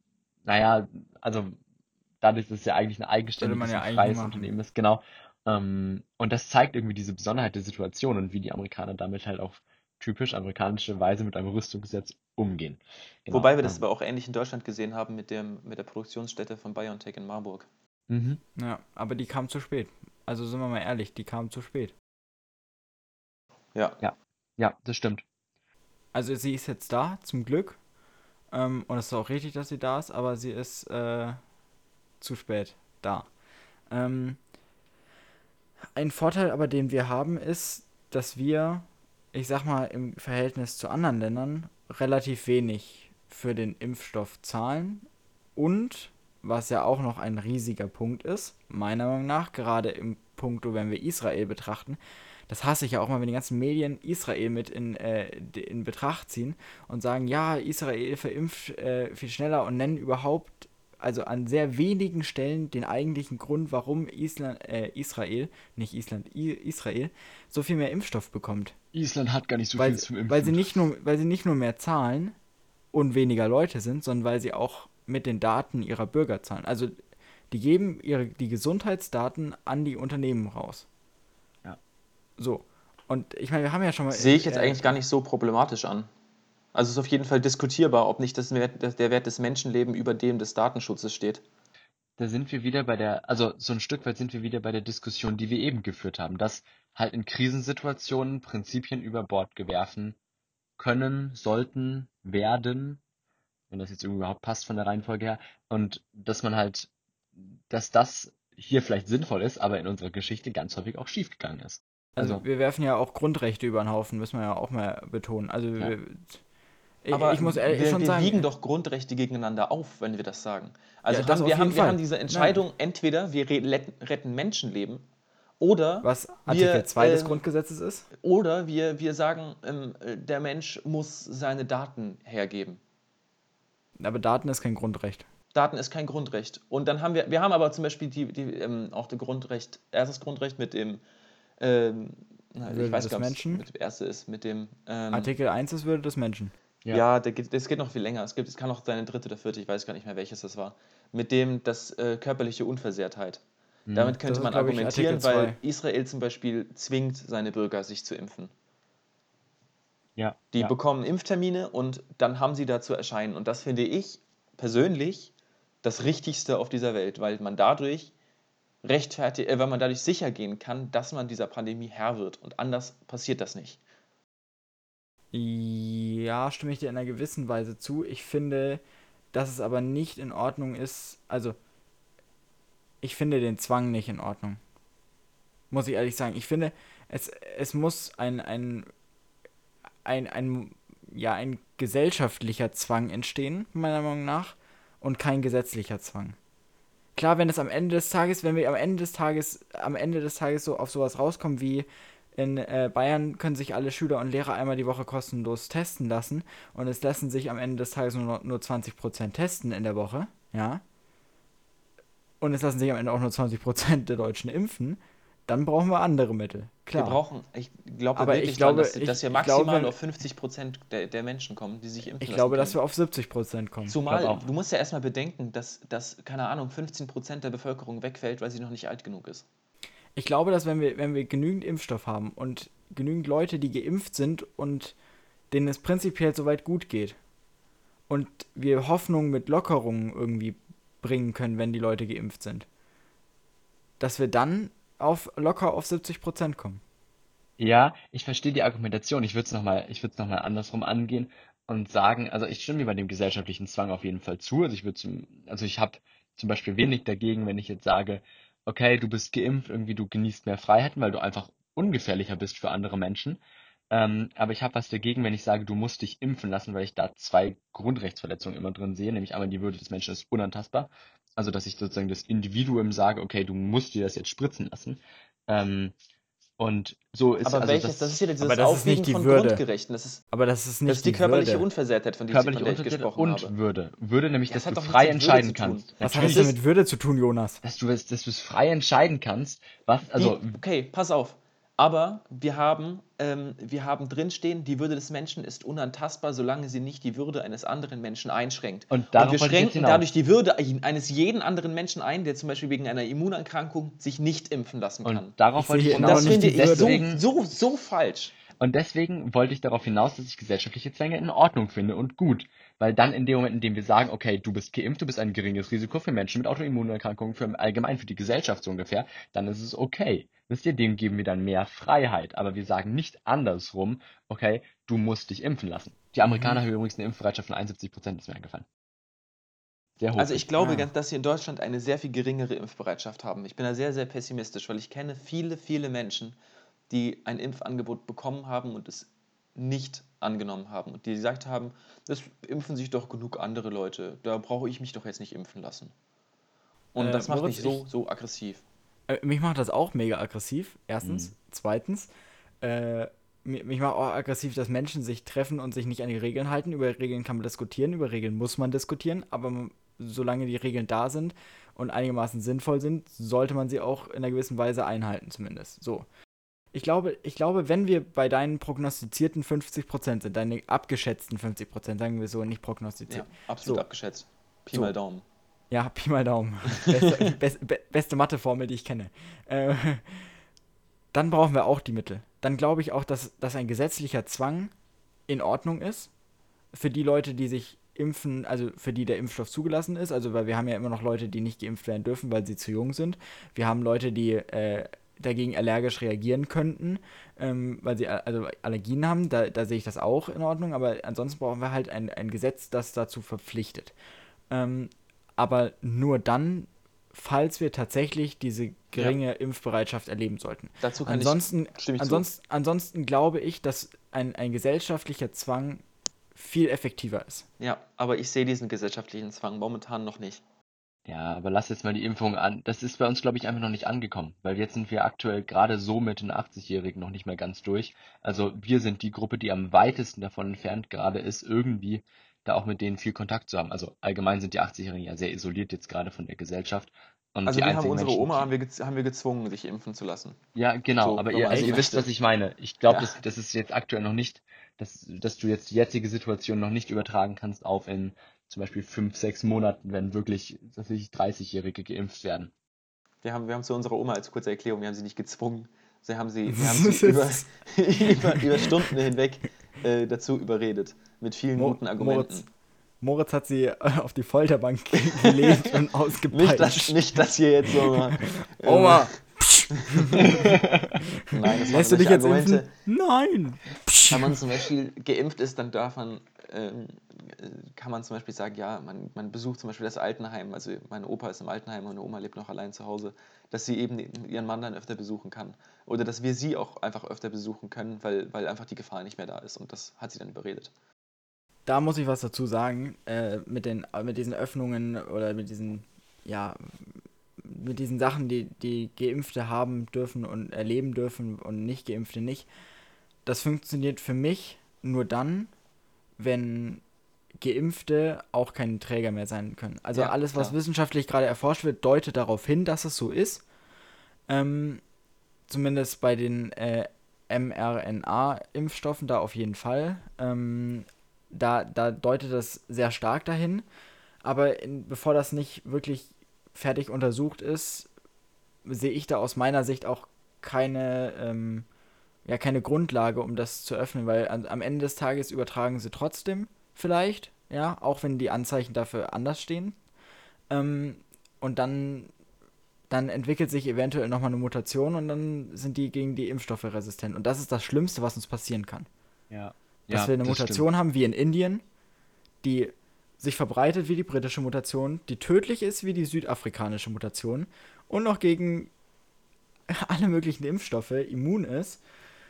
naja, also dadurch, dass es ja eigentlich ein eigenständiges man ja und eigentlich freies machen. Unternehmen ist, genau. Ähm, und das zeigt irgendwie diese Besonderheit der Situation und wie die Amerikaner damit halt auf typisch amerikanische Weise mit einem Rüstungsgesetz umgehen. Genau. Wobei wir das ähm, aber auch ähnlich in Deutschland gesehen haben mit, dem, mit der Produktionsstätte von BioNTech in Marburg. mhm. Ja, aber die kam zu spät. Also sind wir mal ehrlich, die kam zu spät. Ja. Ja, das stimmt. Also sie ist jetzt da, zum Glück. Ähm, und es ist auch richtig, dass sie da ist, aber sie ist äh, zu spät da. Ähm, ein Vorteil aber, den wir haben, ist, dass wir, ich sag mal, im Verhältnis zu anderen Ländern relativ wenig für den Impfstoff zahlen. Und, was ja auch noch ein riesiger Punkt ist, meiner Meinung nach, gerade im Punkto, wenn wir Israel betrachten, das hasse ich ja auch mal, wenn die ganzen Medien Israel mit in, äh, in Betracht ziehen und sagen, ja, Israel verimpft äh, viel schneller und nennen überhaupt also an sehr wenigen Stellen den eigentlichen Grund, warum Island, äh, Israel, nicht Island, I Israel, so viel mehr Impfstoff bekommt. Island hat gar nicht so Weil, viel zum Impfen. weil, sie nicht nur, weil sie nicht nur mehr zahlen und weniger Leute sind, sondern weil sie auch mit den Daten ihrer Bürger zahlen. Also die geben ihre, die Gesundheitsdaten an die Unternehmen raus. Ja. So. Und ich meine, wir haben ja schon mal... Sehe ich jetzt äh, eigentlich gar nicht so problematisch an. Also es ist auf jeden Fall diskutierbar, ob nicht das Wert, der Wert des Menschenlebens über dem des Datenschutzes steht. Da sind wir wieder bei der, also so ein Stück weit sind wir wieder bei der Diskussion, die wir eben geführt haben, dass halt in Krisensituationen Prinzipien über Bord gewerfen können, sollten, werden, wenn das jetzt irgendwie überhaupt passt von der Reihenfolge her, und dass man halt, dass das hier vielleicht sinnvoll ist, aber in unserer Geschichte ganz häufig auch schiefgegangen ist. Also, Also, wir werfen ja auch Grundrechte über den Haufen, müssen wir ja auch mal betonen. Also, Ja. wir, ich, Aber ich muss ehrlich wir, schon wir sagen, wiegen doch Grundrechte gegeneinander auf, wenn wir das sagen. Also Ja, das haben, auf wir, haben, jeden wir Fall. haben diese Entscheidung, entweder wir re- retten Menschenleben oder was Artikel wir, zwei des ähm, Grundgesetzes ist. oder wir, wir sagen, ähm, äh, der Mensch muss seine Daten hergeben. Aber Daten ist kein Grundrecht. Daten ist kein Grundrecht. Und dann haben wir, wir haben aber zum Beispiel die, die, ähm, auch das Grundrecht, erstes Grundrecht mit dem, ähm, na, ich Würde weiß des gar nicht, ob Menschen? es mit dem erste ist, mit dem, ähm, Artikel eins ist Würde des Menschen. Ja. ja, der geht, das geht noch viel länger. Es gibt, es kann auch sein dritte oder vierte, ich weiß gar nicht mehr, welches das war. Mit dem das äh, körperliche Unversehrtheit. Mhm. Damit Das könnte ist, man glaub ich, argumentieren, Artikel weil zwei. Israel zum Beispiel zwingt seine Bürger, sich zu impfen. ja, Die ja. bekommen Impftermine und dann haben sie da zu erscheinen. Und das finde ich persönlich das Richtigste auf dieser Welt, weil man dadurch rechtfertigt, äh, weil man dadurch sicher gehen kann, dass man dieser Pandemie Herr wird. Und anders passiert das nicht. Ja, stimme ich dir in einer gewissen Weise zu. Ich finde, dass es aber nicht in Ordnung ist. Also, ich finde den Zwang nicht in Ordnung. Muss ich ehrlich sagen. Ich finde, es, es muss ein, ein, ein, ein, ja, ein gesellschaftlicher Zwang entstehen, meiner Meinung nach, und kein gesetzlicher Zwang. Klar, wenn es am Ende des Tages, wenn wir am Ende des Tages, am Ende des Tages so auf sowas rauskommen wie in äh, Bayern können sich alle Schüler und Lehrer einmal die Woche kostenlos testen lassen und es lassen sich am Ende des Tages nur, nur zwanzig Prozent testen in der Woche, ja, und es lassen sich am Ende auch nur zwanzig Prozent der Deutschen impfen, dann brauchen wir andere Mittel, klar. Wir brauchen, ich glaube Aber wirklich ich glaube, dran, dass, ich- dass wir ich maximal glaube, auf fünfzig Prozent der, der Menschen kommen, die sich impfen ich lassen glaube, dass können. wir auf siebzig Prozent kommen. Zumal, glaub auch. du musst ja erstmal bedenken, dass, dass, keine Ahnung, fünfzehn Prozent der Bevölkerung wegfällt, weil sie noch nicht alt genug ist. Ich glaube, dass wenn wir, wenn wir genügend Impfstoff haben und genügend Leute, die geimpft sind und denen es prinzipiell soweit gut geht und wir Hoffnung mit Lockerungen irgendwie bringen können, wenn die Leute geimpft sind, dass wir dann auf locker auf siebzig Prozent kommen. Ja, ich verstehe die Argumentation. Ich würde es nochmal, ich würde es nochmal andersrum angehen und sagen, also ich stimme dir bei dem gesellschaftlichen Zwang auf jeden Fall zu. Also ich würde zum, also ich habe zum Beispiel wenig dagegen, wenn ich jetzt sage, okay, du bist geimpft, irgendwie du genießt mehr Freiheiten, weil du einfach ungefährlicher bist für andere Menschen. Ähm, aber ich habe was dagegen, wenn ich sage, du musst dich impfen lassen, weil ich da zwei Grundrechtsverletzungen immer drin sehe, nämlich einmal die Würde des Menschen ist unantastbar. Also dass ich sozusagen das Individuum sage, okay, du musst dir das jetzt spritzen lassen. Ähm, und so ist Aber also welches, das, das ist wieder dieses aber das ist Aufwiegen nicht die von Würde. Grundgerechten. Das ist, Aber das ist das nicht ist die die körperliche Würde. Unversehrtheit, von, die ich, körperliche von der ich Unversehrtheit gesprochen und habe. Würde. Würde nämlich, Ja, dass das hat du doch nichts frei mit Würde entscheiden zu tun. kannst. Was hat Natürlich, das denn mit Würde zu tun, Jonas? dass du es, dass du es frei entscheiden kannst, was, also Die, okay, pass auf. Aber wir haben, ähm, wir haben drinstehen, die Würde des Menschen ist unantastbar, solange sie nicht die Würde eines anderen Menschen einschränkt. Und darauf wir wollte ich jetzt schränken hinaus. dadurch die Würde eines jeden anderen Menschen ein, der zum Beispiel wegen einer Immunerkrankung sich nicht impfen lassen und kann. darauf Ich wollte sehe ich Und genau das hinaus. nicht finde die ich so, Deswegen, so, so falsch. Und deswegen wollte ich darauf hinaus, dass ich gesellschaftliche Zwänge in Ordnung finde und gut. Weil dann in dem Moment, in dem wir sagen, okay, du bist geimpft, du bist ein geringes Risiko für Menschen mit Autoimmunerkrankungen, für allgemein für die Gesellschaft so ungefähr, dann ist es okay. Wisst ihr, dem geben wir dann mehr Freiheit. Aber wir sagen nicht andersrum, okay, du musst dich impfen lassen. Die Amerikaner Mhm. haben übrigens eine Impfbereitschaft von einundsiebzig Prozent, ist mir eingefallen. Sehr hoch. Also ich glaube, Ah. ganz, dass wir in Deutschland eine sehr viel geringere Impfbereitschaft haben. Ich bin da sehr, sehr pessimistisch, weil ich kenne viele, viele Menschen, die ein Impfangebot bekommen haben und es nicht angenommen haben. Und die gesagt haben, das impfen sich doch genug andere Leute, da brauche ich mich doch jetzt nicht impfen lassen. Und Äh, das macht Moritz, mich so, ich- so aggressiv. Äh, mich macht das auch mega aggressiv, erstens. Mhm. Zweitens, äh, mi- mich macht auch aggressiv, dass Menschen sich treffen und sich nicht an die Regeln halten. Über Regeln kann man diskutieren, über Regeln muss man diskutieren, aber man- solange die Regeln da sind und einigermaßen sinnvoll sind, sollte man sie auch in einer gewissen Weise einhalten zumindest. So. Ich glaube, ich glaube, wenn wir bei deinen prognostizierten fünfzig Prozent sind, deine abgeschätzten fünfzig Prozent, sagen wir so, nicht prognostiziert. Ja, absolut So. abgeschätzt. Pi So. mal Daumen. Ja, Pi mal Daumen. Beste, best, be, beste Matheformel, die ich kenne. Äh, dann brauchen wir auch die Mittel. Dann glaube ich auch, dass, dass ein gesetzlicher Zwang in Ordnung ist. Für die Leute, die sich impfen, also für die der Impfstoff zugelassen ist. Also, weil wir haben ja immer noch Leute, die nicht geimpft werden dürfen, weil sie zu jung sind. Wir haben Leute, die äh, dagegen allergisch reagieren könnten, ähm, weil sie a- also Allergien haben. Da, da sehe ich das auch in Ordnung. Aber ansonsten brauchen wir halt ein, ein Gesetz, das dazu verpflichtet. Ähm, aber nur dann, falls wir tatsächlich diese geringe Impfbereitschaft erleben sollten. Dazu kann Ansonsten, ich, stimme ich zu. ansonsten, ansonsten glaube ich, dass ein, ein gesellschaftlicher Zwang viel effektiver ist. Ja, aber ich sehe diesen gesellschaftlichen Zwang momentan noch nicht. Ja, aber lass jetzt mal die Impfung an. Das ist bei uns, glaube ich, einfach noch nicht angekommen, weil jetzt sind wir aktuell gerade so mit den achtzig-Jährigen noch nicht mal ganz durch. Also wir sind die Gruppe, die am weitesten davon entfernt gerade ist, irgendwie da auch mit denen viel Kontakt zu haben. Also allgemein sind die achtzig-Jährigen ja sehr isoliert jetzt gerade von der Gesellschaft. Und Also die wir haben einzigen unsere Menschen, Oma die, haben wir, gez- haben wir gezwungen, sich impfen zu lassen. ja, genau, So, aber wenn ihr, man also so ihr wisst, möchte. was ich meine. Ich glaube, Ja. das, das ist jetzt aktuell noch nicht, dass, dass du jetzt die jetzige Situation noch nicht übertragen kannst auf in zum Beispiel fünf, sechs Monaten, wenn wirklich tatsächlich dreißig-Jährige geimpft werden. Wir haben, wir haben zu unserer Oma als kurze Erklärung, wir haben sie nicht gezwungen. Sie haben sie, wir haben sie über, über, über Stunden hinweg äh, dazu überredet. Mit vielen Mo- guten Argumenten. Moritz, Moritz hat sie äh, auf die Folterbank gelegt und Nicht das, ausgepeitscht. nicht das hier jetzt so mal. äh, Oma, Nein, das lässt du waren dich solche jetzt Argumente. impfen? Nein. Wenn man zum Beispiel geimpft ist, dann darf man, ähm, äh, kann man zum Beispiel sagen, ja, man, man besucht zum Beispiel das Altenheim, also mein Opa ist im Altenheim, meine Oma lebt noch allein zu Hause, dass sie eben ihren Mann dann öfter besuchen kann. Oder dass wir sie auch einfach öfter besuchen können, weil, weil einfach die Gefahr nicht mehr da ist. Und das hat sie dann überredet. Da muss ich was dazu sagen, äh, mit, den, mit diesen Öffnungen oder mit diesen, ja, mit diesen Sachen, die die Geimpfte haben dürfen und erleben dürfen und nicht Geimpfte nicht. Das funktioniert für mich nur dann, wenn Geimpfte auch keine Träger mehr sein können. Also Ja, alles, was klar. wissenschaftlich gerade erforscht wird, deutet darauf hin, dass es so ist. Ähm, zumindest bei den äh, mRNA-Impfstoffen da auf jeden Fall. Ähm, da, da deutet das sehr stark dahin. Aber in, bevor das nicht wirklich fertig untersucht ist, sehe ich da aus meiner Sicht auch keine, ähm, ja, keine Grundlage, um das zu öffnen, weil an, am Ende des Tages übertragen sie trotzdem vielleicht, ja, auch wenn die Anzeichen dafür anders stehen. Ähm, und dann, dann entwickelt sich eventuell nochmal eine Mutation und dann sind die gegen die Impfstoffe resistent. Und das ist das Schlimmste, was uns passieren kann. Ja, Dass ja, wir eine das Mutation stimmt. haben wie in Indien, die sich verbreitet wie die britische Mutation, die tödlich ist wie die südafrikanische Mutation und noch gegen alle möglichen Impfstoffe immun ist.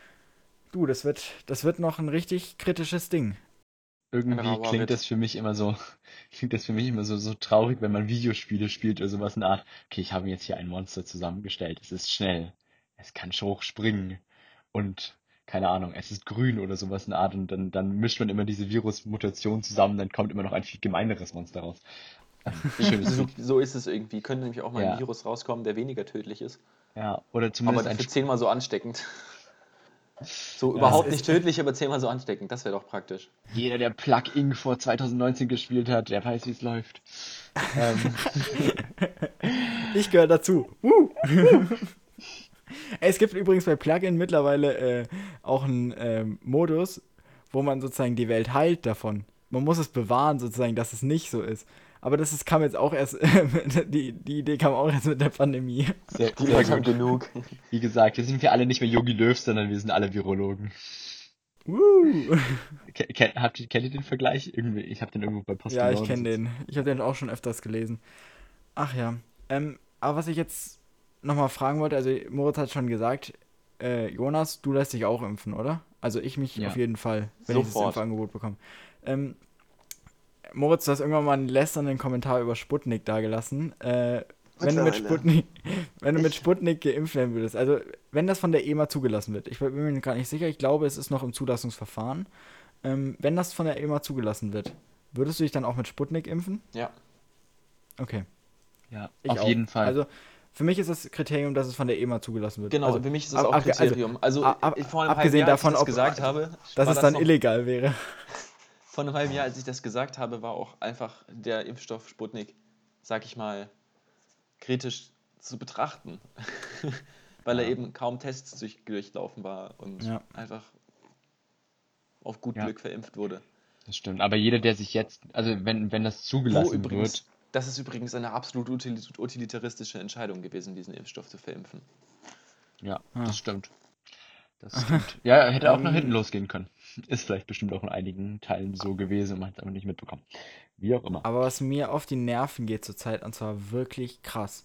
Du, das wird, das wird noch ein richtig kritisches Ding. Irgendwie Rauer klingt Ritt. das für mich immer so, klingt das für mich immer so, so traurig, wenn man Videospiele spielt oder sowas in der Art. Okay, ich habe mir jetzt hier ein Monster zusammengestellt. Es ist schnell. Es kann hoch springen. Und, keine Ahnung, es ist grün oder sowas in der Art. Und dann, dann mischt man immer diese Virusmutationen zusammen, dann kommt immer noch ein viel gemeineres Monster raus. Ähm, schönes So, Lied. so ist es irgendwie. Könnte nämlich auch mal ein Ja, Virus rauskommen, der weniger tödlich ist. ja. Oder Aber zumindest ein, dafür Sp- zehnmal so ansteckend. So ja, überhaupt Es nicht ist, tödlich, aber zehnmal so ansteckend. Das wäre doch praktisch. jeder, der Plug Inc. vor zwanzig neunzehn gespielt hat, der weiß, wie es läuft. Ähm, ich gehöre dazu. Uh. Es gibt übrigens bei Plugin mittlerweile äh, auch einen ähm, Modus, wo man sozusagen die Welt heilt davon. Man muss es bewahren, sozusagen, dass es nicht so ist. Aber das ist, kam jetzt auch erst, die, die Idee kam auch erst mit der Pandemie. sehr, Die sehr Leute haben gut. genug. Wie gesagt, wir sind wir alle nicht mehr Yogi Löw, sondern wir sind alle Virologen. Uh. Ke- Kennt, habt ihr, kennt ihr den Vergleich? Irgendwie, ich habe den irgendwo bei Ja, Postillon ich oder kenne so. den. Ich habe den auch schon öfters gelesen. Ach ja. Ähm, aber was ich jetzt nochmal fragen wollte, also Moritz hat schon gesagt, äh, Jonas, du lässt dich auch impfen, oder? Also ich mich auf Ja, jeden Fall, wenn ich das Sofort. Impfangebot bekomme. Ähm, Moritz, du hast irgendwann mal einen lästernden Kommentar über Sputnik dagelassen. Äh, wenn du mit Mittlerweile. Sputnik, wenn du mit Ich, Sputnik geimpft werden würdest, also wenn das von der E M A zugelassen wird, ich bin mir gar nicht sicher, ich glaube, es ist noch im Zulassungsverfahren. Ähm, wenn das von der E M A zugelassen wird, würdest du dich dann auch mit Sputnik impfen? ja, Okay, Ja, ich auf auch. jeden Fall. Also für mich ist das Kriterium, dass es von der E M A zugelassen wird. Genau, Also, für mich ist das ab, auch abge- also Kriterium. Also ab, ab, ich, vor einem halben abgesehen Jahr, als ich davon, das ob gesagt habe, dass war es das dann noch, illegal wäre. vor einem halben Jahr, als ich das gesagt habe, war auch einfach der Impfstoff Sputnik, sag ich mal, kritisch zu betrachten, weil er Ja, eben kaum Tests durch, durchlaufen war und Ja. einfach auf gut ja, Glück verimpft wurde. das stimmt. Aber jeder, der sich jetzt, also wenn, wenn das Wo zugelassen übrigens, wird, das ist übrigens eine absolut util- utilitaristische Entscheidung gewesen, diesen Impfstoff zu verimpfen. ja, Ah. das stimmt. Das stimmt. Ja, hätte auch nach hinten Ähm, losgehen können. Ist vielleicht bestimmt auch in einigen Teilen so gewesen und man hat es aber nicht mitbekommen. Wie auch immer. aber was mir auf die Nerven geht zurzeit, und zwar wirklich krass,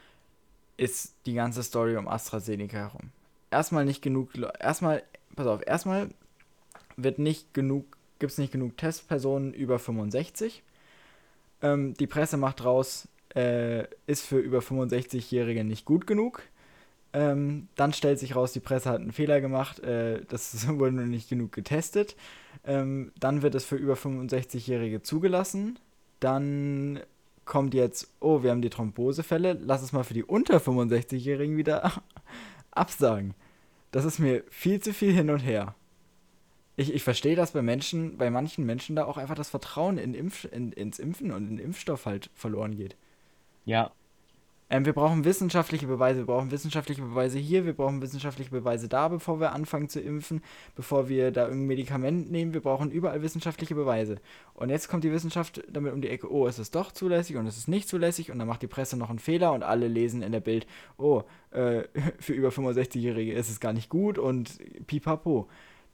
ist die ganze Story um AstraZeneca herum. Erstmal nicht genug, Le- erstmal, pass auf, erstmal wird nicht genug, gibt es nicht genug Testpersonen über fünfundsechzig. Ähm, die Presse macht raus, äh, ist für über fünfundsechzig-Jährige nicht gut genug. Ähm, dann stellt sich raus, die Presse hat einen Fehler gemacht, äh, das wurde nur nicht genug getestet. Ähm, dann wird es für über fünfundsechzig-Jährige zugelassen. Dann kommt jetzt, oh, wir haben die Thrombosefälle, lass es mal für die unter fünfundsechzig-Jährigen wieder absagen. Das ist mir viel zu viel hin und her. Ich, ich verstehe, dass bei Menschen, bei manchen Menschen da auch einfach das Vertrauen in Impf, in, ins Impfen und in Impfstoff halt verloren geht. Ja, Ähm, wir brauchen wissenschaftliche Beweise, wir brauchen wissenschaftliche Beweise hier, wir brauchen wissenschaftliche Beweise da, bevor wir anfangen zu impfen, bevor wir da irgendein Medikament nehmen, wir brauchen überall wissenschaftliche Beweise. Und jetzt kommt die Wissenschaft damit um die Ecke, oh, es ist doch zulässig und es ist nicht zulässig und dann macht die Presse noch einen Fehler und alle lesen in der Bild, oh, äh, für über fünfundsechzig-Jährige ist es gar nicht gut und pipapo.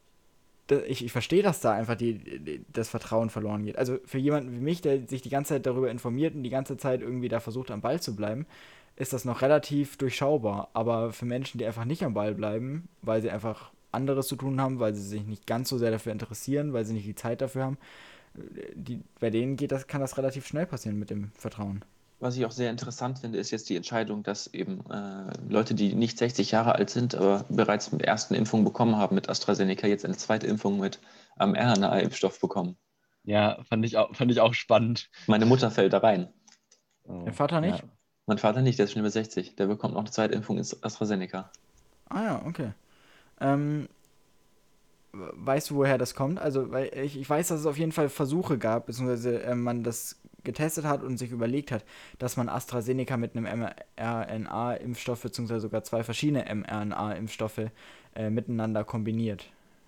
Da- ich, ich verstehe, dass da einfach die, die, das Vertrauen verloren geht. Also für jemanden wie mich, der sich die ganze Zeit darüber informiert und die ganze Zeit irgendwie da versucht, am Ball zu bleiben, ist das noch relativ durchschaubar. Aber für Menschen, die einfach nicht am Ball bleiben, weil sie einfach anderes zu tun haben, weil sie sich nicht ganz so sehr dafür interessieren, weil sie nicht die Zeit dafür haben, die, bei denen geht das, kann das relativ schnell passieren mit dem Vertrauen. Was ich auch sehr interessant finde, ist jetzt die Entscheidung, dass eben äh, Leute, die nicht sechzig Jahre alt sind, aber bereits mit der ersten Impfung bekommen haben mit AstraZeneca, jetzt eine zweite Impfung mit ähm, R N A-Impfstoff bekommen. ja, fand ich auch, fand ich auch spannend. Meine Mutter fällt da rein. Der Oh, Vater ja. nicht? Mein Vater nicht, der ist schon über sechzig. Der bekommt noch eine zweite Impfung in AstraZeneca. Ah ja, okay. Ähm, Weißt du, woher das kommt? Also, weil ich, ich weiß, dass es auf jeden Fall Versuche gab, beziehungsweise äh, man das getestet hat und sich überlegt hat, dass man AstraZeneca mit einem mRNA-Impfstoff, beziehungsweise sogar zwei verschiedene mRNA-Impfstoffe äh, miteinander kombiniert.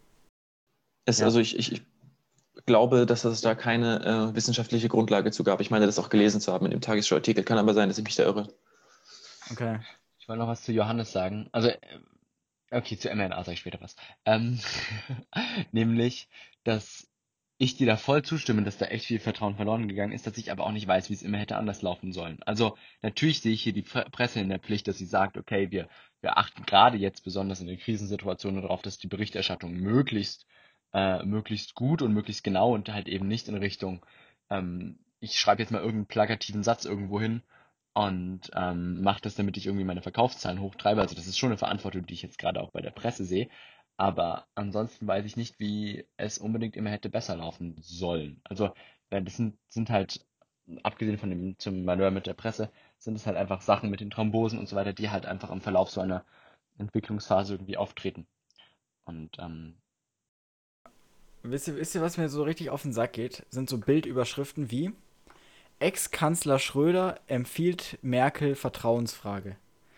Es, Ja, also ich, ich, ich glaube, dass es da keine äh, wissenschaftliche Grundlage zu gab. Ich meine, das auch gelesen zu haben in dem Tagesschau-Artikel. Kann aber sein, dass ich mich da irre. Okay. ich wollte noch was zu Johannes sagen. Also, äh, okay, zu M R N A sage ich später was. Ähm, nämlich, dass ich dir da voll zustimme, dass da echt viel Vertrauen verloren gegangen ist, dass ich aber auch nicht weiß, wie es immer hätte anders laufen sollen. Also natürlich sehe ich hier die Pre- Presse in der Pflicht, dass sie sagt, okay, wir, wir achten gerade jetzt besonders in den Krisensituationen darauf, dass die Berichterstattung möglichst, äh, möglichst gut und möglichst genau und halt eben nicht in Richtung, ähm, ich schreibe jetzt mal irgendeinen plakativen Satz irgendwo hin und ähm, mache das, damit ich irgendwie meine Verkaufszahlen hochtreibe. Also das ist schon eine Verantwortung, die ich jetzt gerade auch bei der Presse sehe. Aber ansonsten weiß ich nicht, wie es unbedingt immer hätte besser laufen sollen. Also, weil das sind, sind halt, abgesehen von dem zum Malheur mit der Presse, sind es halt einfach Sachen mit den Thrombosen und so weiter, die halt einfach im Verlauf so einer Entwicklungsphase irgendwie auftreten. Und ähm, Wisst ihr, wisst ihr, was mir so richtig auf den Sack geht? Sind so Bildüberschriften wie Ex-Kanzler Schröder empfiehlt Merkel Vertrauensfrage.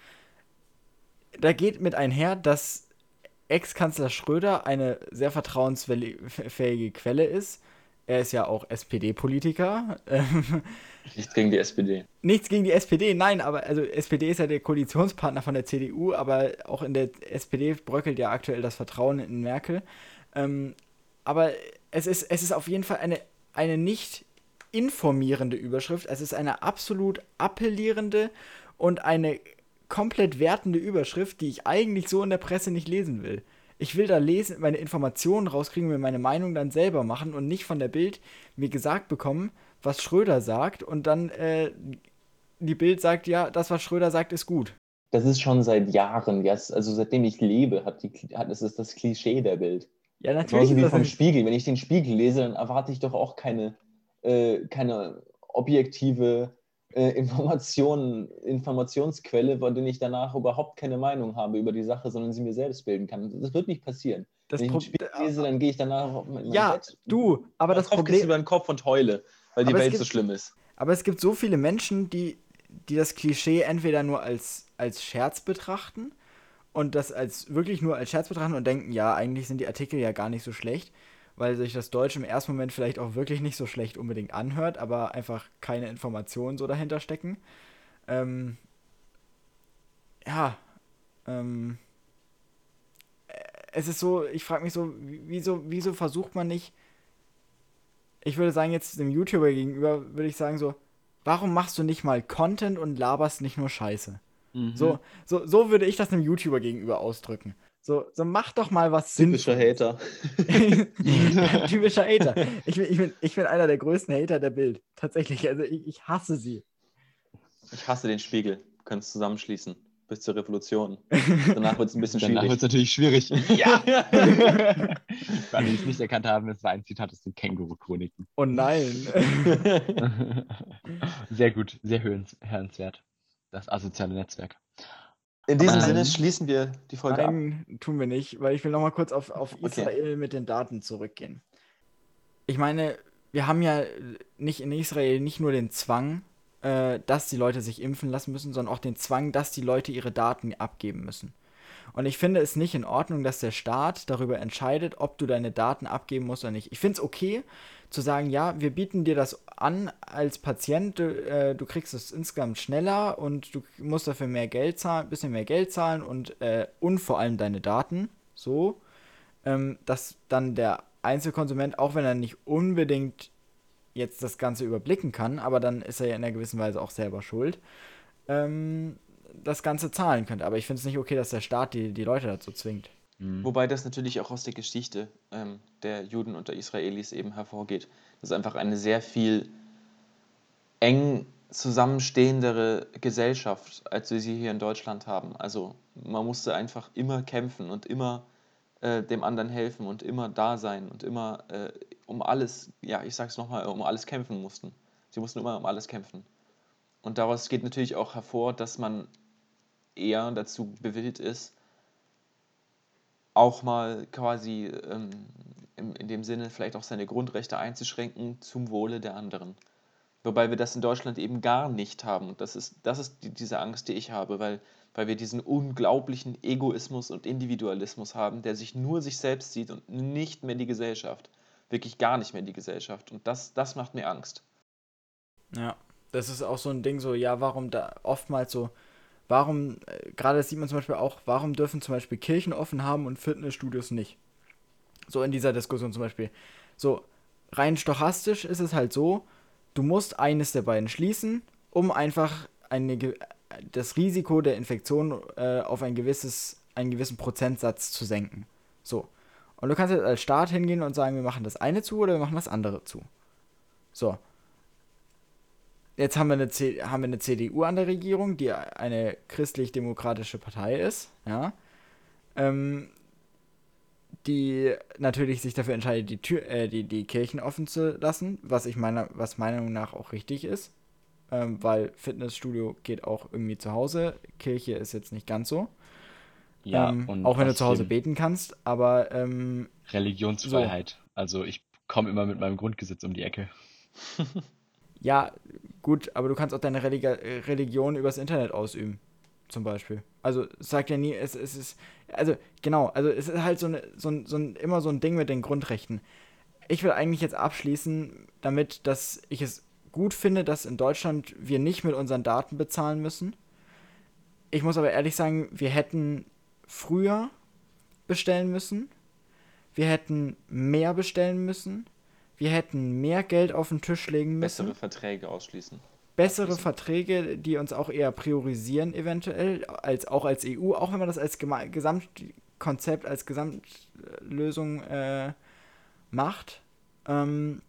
Da geht mit einher, dass Ex-Kanzler Schröder eine sehr vertrauensfähige Quelle ist. Er ist ja auch S P D-Politiker. Ähm, Nichts gegen die S P D. nichts gegen die S P D, nein, aber also S P D ist ja der Koalitionspartner von der C D U, aber auch in der S P D bröckelt ja aktuell das Vertrauen in Merkel. Ähm, aber es ist, es ist auf jeden Fall eine, eine nicht informierende Überschrift. Es ist eine absolut appellierende und eine komplett wertende Überschrift, die ich eigentlich so in der Presse nicht lesen will. Ich will da lesen, meine Informationen rauskriegen, mir meine Meinung dann selber machen und nicht von der Bild mir gesagt bekommen, was Schröder sagt und dann äh, die Bild sagt, ja, das, was Schröder sagt, ist gut. Das ist schon seit Jahren, yes, also seitdem ich lebe, hat die, hat, das ist das Klischee der Bild. Ja, natürlich Genauso ist wie das vom nicht. Spiegel. Wenn ich den Spiegel lese, dann erwarte ich doch auch keine, äh, keine objektive äh, Informationen, Informationsquelle, von denen ich danach überhaupt keine Meinung habe über die Sache, sondern sie mir selbst bilden kann. Das wird nicht passieren. Das Wenn ich ein Pro Spiel lese, dann gehe ich danach in mein ja, Bett, du, aber das Kopfkissen Problem, über den Kopf und heule, weil die Aber es Welt so gibt- schlimm ist. aber es gibt so viele Menschen, die, die das Klischee entweder nur als, als Scherz betrachten und das als wirklich nur als Scherz betrachten und denken, ja, eigentlich sind die Artikel ja gar nicht so schlecht, weil sich das Deutsche im ersten Moment vielleicht auch wirklich nicht so schlecht unbedingt anhört, aber einfach keine Informationen so dahinter stecken. Ähm, ja, ähm, es ist so, ich frage mich so, wieso, wieso versucht man nicht, ich würde sagen, jetzt dem YouTuber gegenüber, würde ich sagen so, warum machst du nicht mal Content und laberst nicht nur Scheiße? Mhm. So, so, so würde ich das einem YouTuber gegenüber ausdrücken. So, so mach doch mal was Typischer Sinnvolles. Hater. Typischer Hater. Ich bin, ich, bin, ich bin einer der größten Hater der Bild. Tatsächlich, also ich, ich hasse sie. Ich hasse den Spiegel. Wir können es zusammenschließen. Bis zur Revolution. Danach wird es ein bisschen Danach wird es schwierig. natürlich schwierig. Ja! Für alle, die es nicht erkannt haben, es war ein Zitat aus den Känguru-Chroniken. Oh nein. Sehr gut, sehr hörenswert. Das asoziale Netzwerk. In diesem Ähm, Sinne schließen wir die Folge ab. Nein, tun wir nicht, weil ich will noch mal kurz auf, auf Okay. Israel mit den Daten zurückgehen. Ich meine, wir haben ja nicht in Israel nicht nur den Zwang, äh, dass die Leute sich impfen lassen müssen, sondern auch den Zwang, dass die Leute ihre Daten abgeben müssen. Und ich finde es nicht in Ordnung, dass der Staat darüber entscheidet, ob du deine Daten abgeben musst oder nicht. Ich finde es okay, zu sagen, ja, wir bieten dir das an als Patient, du, äh, du kriegst es insgesamt schneller und du musst dafür mehr Geld zahlen, bisschen mehr Geld zahlen und, äh, und vor allem deine Daten, so, ähm, dass dann der Einzelkonsument, auch wenn er nicht unbedingt jetzt das Ganze überblicken kann, aber dann ist er ja in einer gewissen Weise auch selber schuld, ähm, das Ganze zahlen könnte. Aber ich finde es nicht okay, dass der Staat die, die Leute dazu zwingt. Mhm. Wobei das natürlich auch aus der Geschichte ähm, der Juden und der Israelis eben hervorgeht. Das ist einfach eine sehr viel eng zusammenstehendere Gesellschaft, als wir sie hier in Deutschland haben. Also man musste einfach immer kämpfen und immer äh, dem anderen helfen und immer da sein und immer äh, um alles, ja, ich sag's nochmal, um alles kämpfen mussten. Sie mussten immer um alles kämpfen. Und daraus geht natürlich auch hervor, dass man eher dazu bewilligt ist, auch mal quasi ähm, in, in dem Sinne vielleicht auch seine Grundrechte einzuschränken zum Wohle der anderen. Wobei wir das in Deutschland eben gar nicht haben. Und das ist, das ist die, diese Angst, die ich habe, weil, weil wir diesen unglaublichen Egoismus und Individualismus haben, der sich nur sich selbst sieht und nicht mehr die Gesellschaft. Wirklich gar nicht mehr die Gesellschaft. Und das, das macht mir Angst. Ja, das ist auch so ein Ding, so, ja, warum da oftmals so, warum, äh, gerade das sieht man zum Beispiel auch, warum dürfen zum Beispiel Kirchen offen haben und Fitnessstudios nicht? So in dieser Diskussion zum Beispiel. So, rein stochastisch ist es halt so, du musst eines der beiden schließen, um einfach eine, ge- das Risiko der Infektion äh, auf ein gewisses, einen gewissen Prozentsatz zu senken. So. Und du kannst jetzt als Staat hingehen und sagen, wir machen das eine zu oder wir machen das andere zu. So. Jetzt haben wir eine, C- haben wir eine C D U an der Regierung, die eine christlich-demokratische Partei ist, ja. Ähm, die natürlich sich dafür entscheidet, die, Tür, äh, die, die Kirchen offen zu lassen, was ich meiner, was meiner Meinung nach auch richtig ist, ähm, weil Fitnessstudio geht auch irgendwie zu Hause, Kirche ist jetzt nicht ganz so, Ja, ähm, und auch wenn du was zu Hause dem beten kannst, aber ähm, Religionsfreiheit. Also ich komme immer mit meinem Grundgesetz um die Ecke. ja, gut, aber du kannst auch deine Religi Religion übers Internet ausüben, zum Beispiel. Also, es sagt ja nie, es, es ist, also, genau, also es ist halt so, eine, so, ein, so ein, immer so ein Ding mit den Grundrechten. Ich will eigentlich jetzt abschließen damit, dass ich es gut finde, dass in Deutschland wir nicht mit unseren Daten bezahlen müssen. Ich muss aber ehrlich sagen, wir hätten früher bestellen müssen. Wir hätten mehr bestellen müssen. Wir hätten mehr Geld auf den Tisch legen müssen. Bessere Verträge ausschließen. Bessere Abschließen. Verträge, die uns auch eher priorisieren eventuell, als auch als E U, auch wenn man das als Gema Gesamtkonzept, als Gesamtlösung äh, macht. Ähm,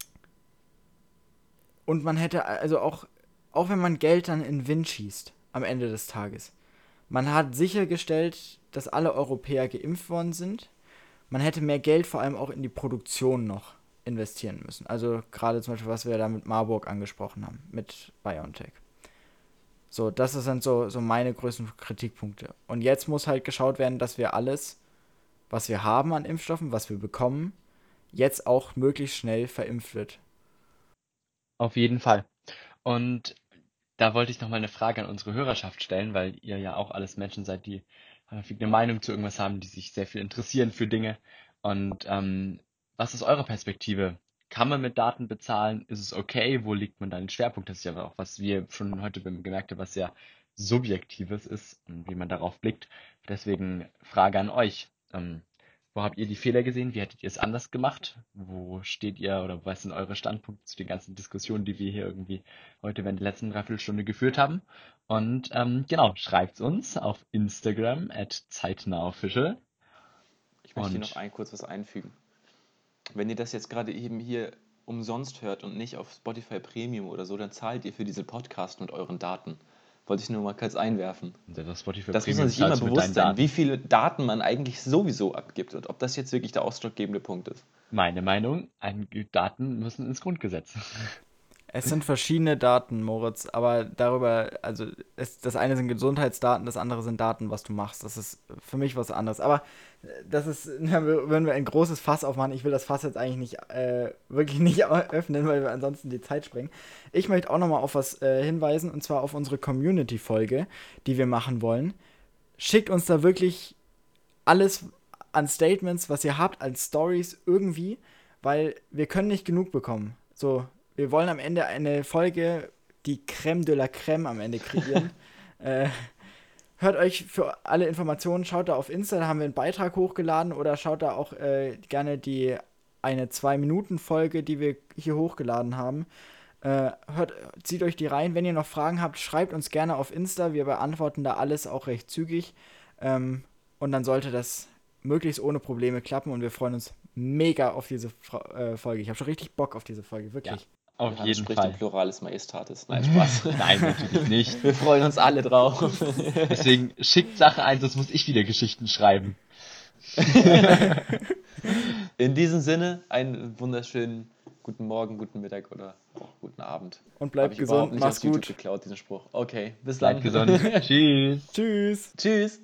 und man hätte also auch, auch wenn man Geld dann in den Wind schießt am Ende des Tages, man hat sichergestellt, dass alle Europäer geimpft worden sind. Man hätte mehr Geld vor allem auch in die Produktion noch investieren müssen. Also gerade zum Beispiel, was wir da mit Marburg angesprochen haben, mit BioNTech. So, das sind so, so meine größten Kritikpunkte. Und jetzt muss halt geschaut werden, dass wir alles, was wir haben an Impfstoffen, was wir bekommen, jetzt auch möglichst schnell verimpft wird. Auf jeden Fall. Und da wollte ich noch mal eine Frage an unsere Hörerschaft stellen, weil ihr ja auch alles Menschen seid, die häufig eine Meinung zu irgendwas haben, die sich sehr viel interessieren für Dinge. Und ähm, was ist eure Perspektive? Kann man mit Daten bezahlen? Ist es okay? Wo liegt man da den Schwerpunkt? Das ist ja auch, was wir schon heute gemerkt haben, was sehr Subjektives ist und wie man darauf blickt. Deswegen Frage an euch. Ähm, wo habt ihr die Fehler gesehen? Wie hättet ihr es anders gemacht? Wo steht ihr oder was sind eure Standpunkte zu den ganzen Diskussionen, die wir hier irgendwie heute während der letzten Dreiviertelstunde geführt haben? Und ähm, genau, schreibt's uns auf Instagram at zeitnahofficial. Ich möchte hier Und noch ein kurz was einfügen. Wenn ihr das jetzt gerade eben hier umsonst hört und nicht auf Spotify Premium oder so, dann zahlt ihr für diesen Podcast mit euren Daten. Wollte ich nur mal kurz einwerfen. das Spotify Das muss man Premium sich immer zahlst du mit bewusst deinen sein, Daten. wie viele Daten man eigentlich sowieso abgibt und ob das jetzt wirklich der ausschlaggebende Punkt ist. Meine Meinung, ein, Daten müssen ins Grundgesetz. Es sind verschiedene Daten, Moritz, aber darüber, also es, das eine sind Gesundheitsdaten, das andere sind Daten, was du machst. Das ist für mich was anderes. Aber äh, das ist, wenn wir ein großes Fass aufmachen, ich will das Fass jetzt eigentlich nicht, äh, wirklich nicht öffnen, weil wir ansonsten die Zeit sprengen. Ich möchte auch nochmal auf was äh, hinweisen, und zwar auf unsere Community-Folge, die wir machen wollen. Schickt uns da wirklich alles an Statements, was ihr habt, an Stories irgendwie, weil wir können nicht genug bekommen. So, wir wollen am Ende eine Folge, die Crème de la Crème am Ende kreieren. äh, hört euch für alle Informationen, schaut da auf Insta, da haben wir einen Beitrag hochgeladen, oder schaut da auch äh, gerne die eine zwei Minuten Folge, die wir hier hochgeladen haben. Äh, hört, zieht euch die rein. Wenn ihr noch Fragen habt, schreibt uns gerne auf Insta. Wir beantworten da alles auch recht zügig. Ähm, und dann sollte das möglichst ohne Probleme klappen, und wir freuen uns mega auf diese Fra- äh, Folge. Ich habe schon richtig Bock auf diese Folge, wirklich. Auf Johannes jeden spricht im Fall. Pluralis Majestatis. Nein, Spaß. Nein, natürlich nicht. Wir freuen uns alle drauf. Deswegen schickt Sache ein, sonst muss ich wieder Geschichten schreiben. In diesem Sinne, einen wunderschönen guten Morgen, guten Mittag oder auch guten Abend. Und Hab bleibt ich überhaupt gesund, nicht mach's aus YouTube gut. geklaut, diesen Spruch. Okay, bis Bleibt dann. gesund. Tschüss. Tschüss. Tschüss.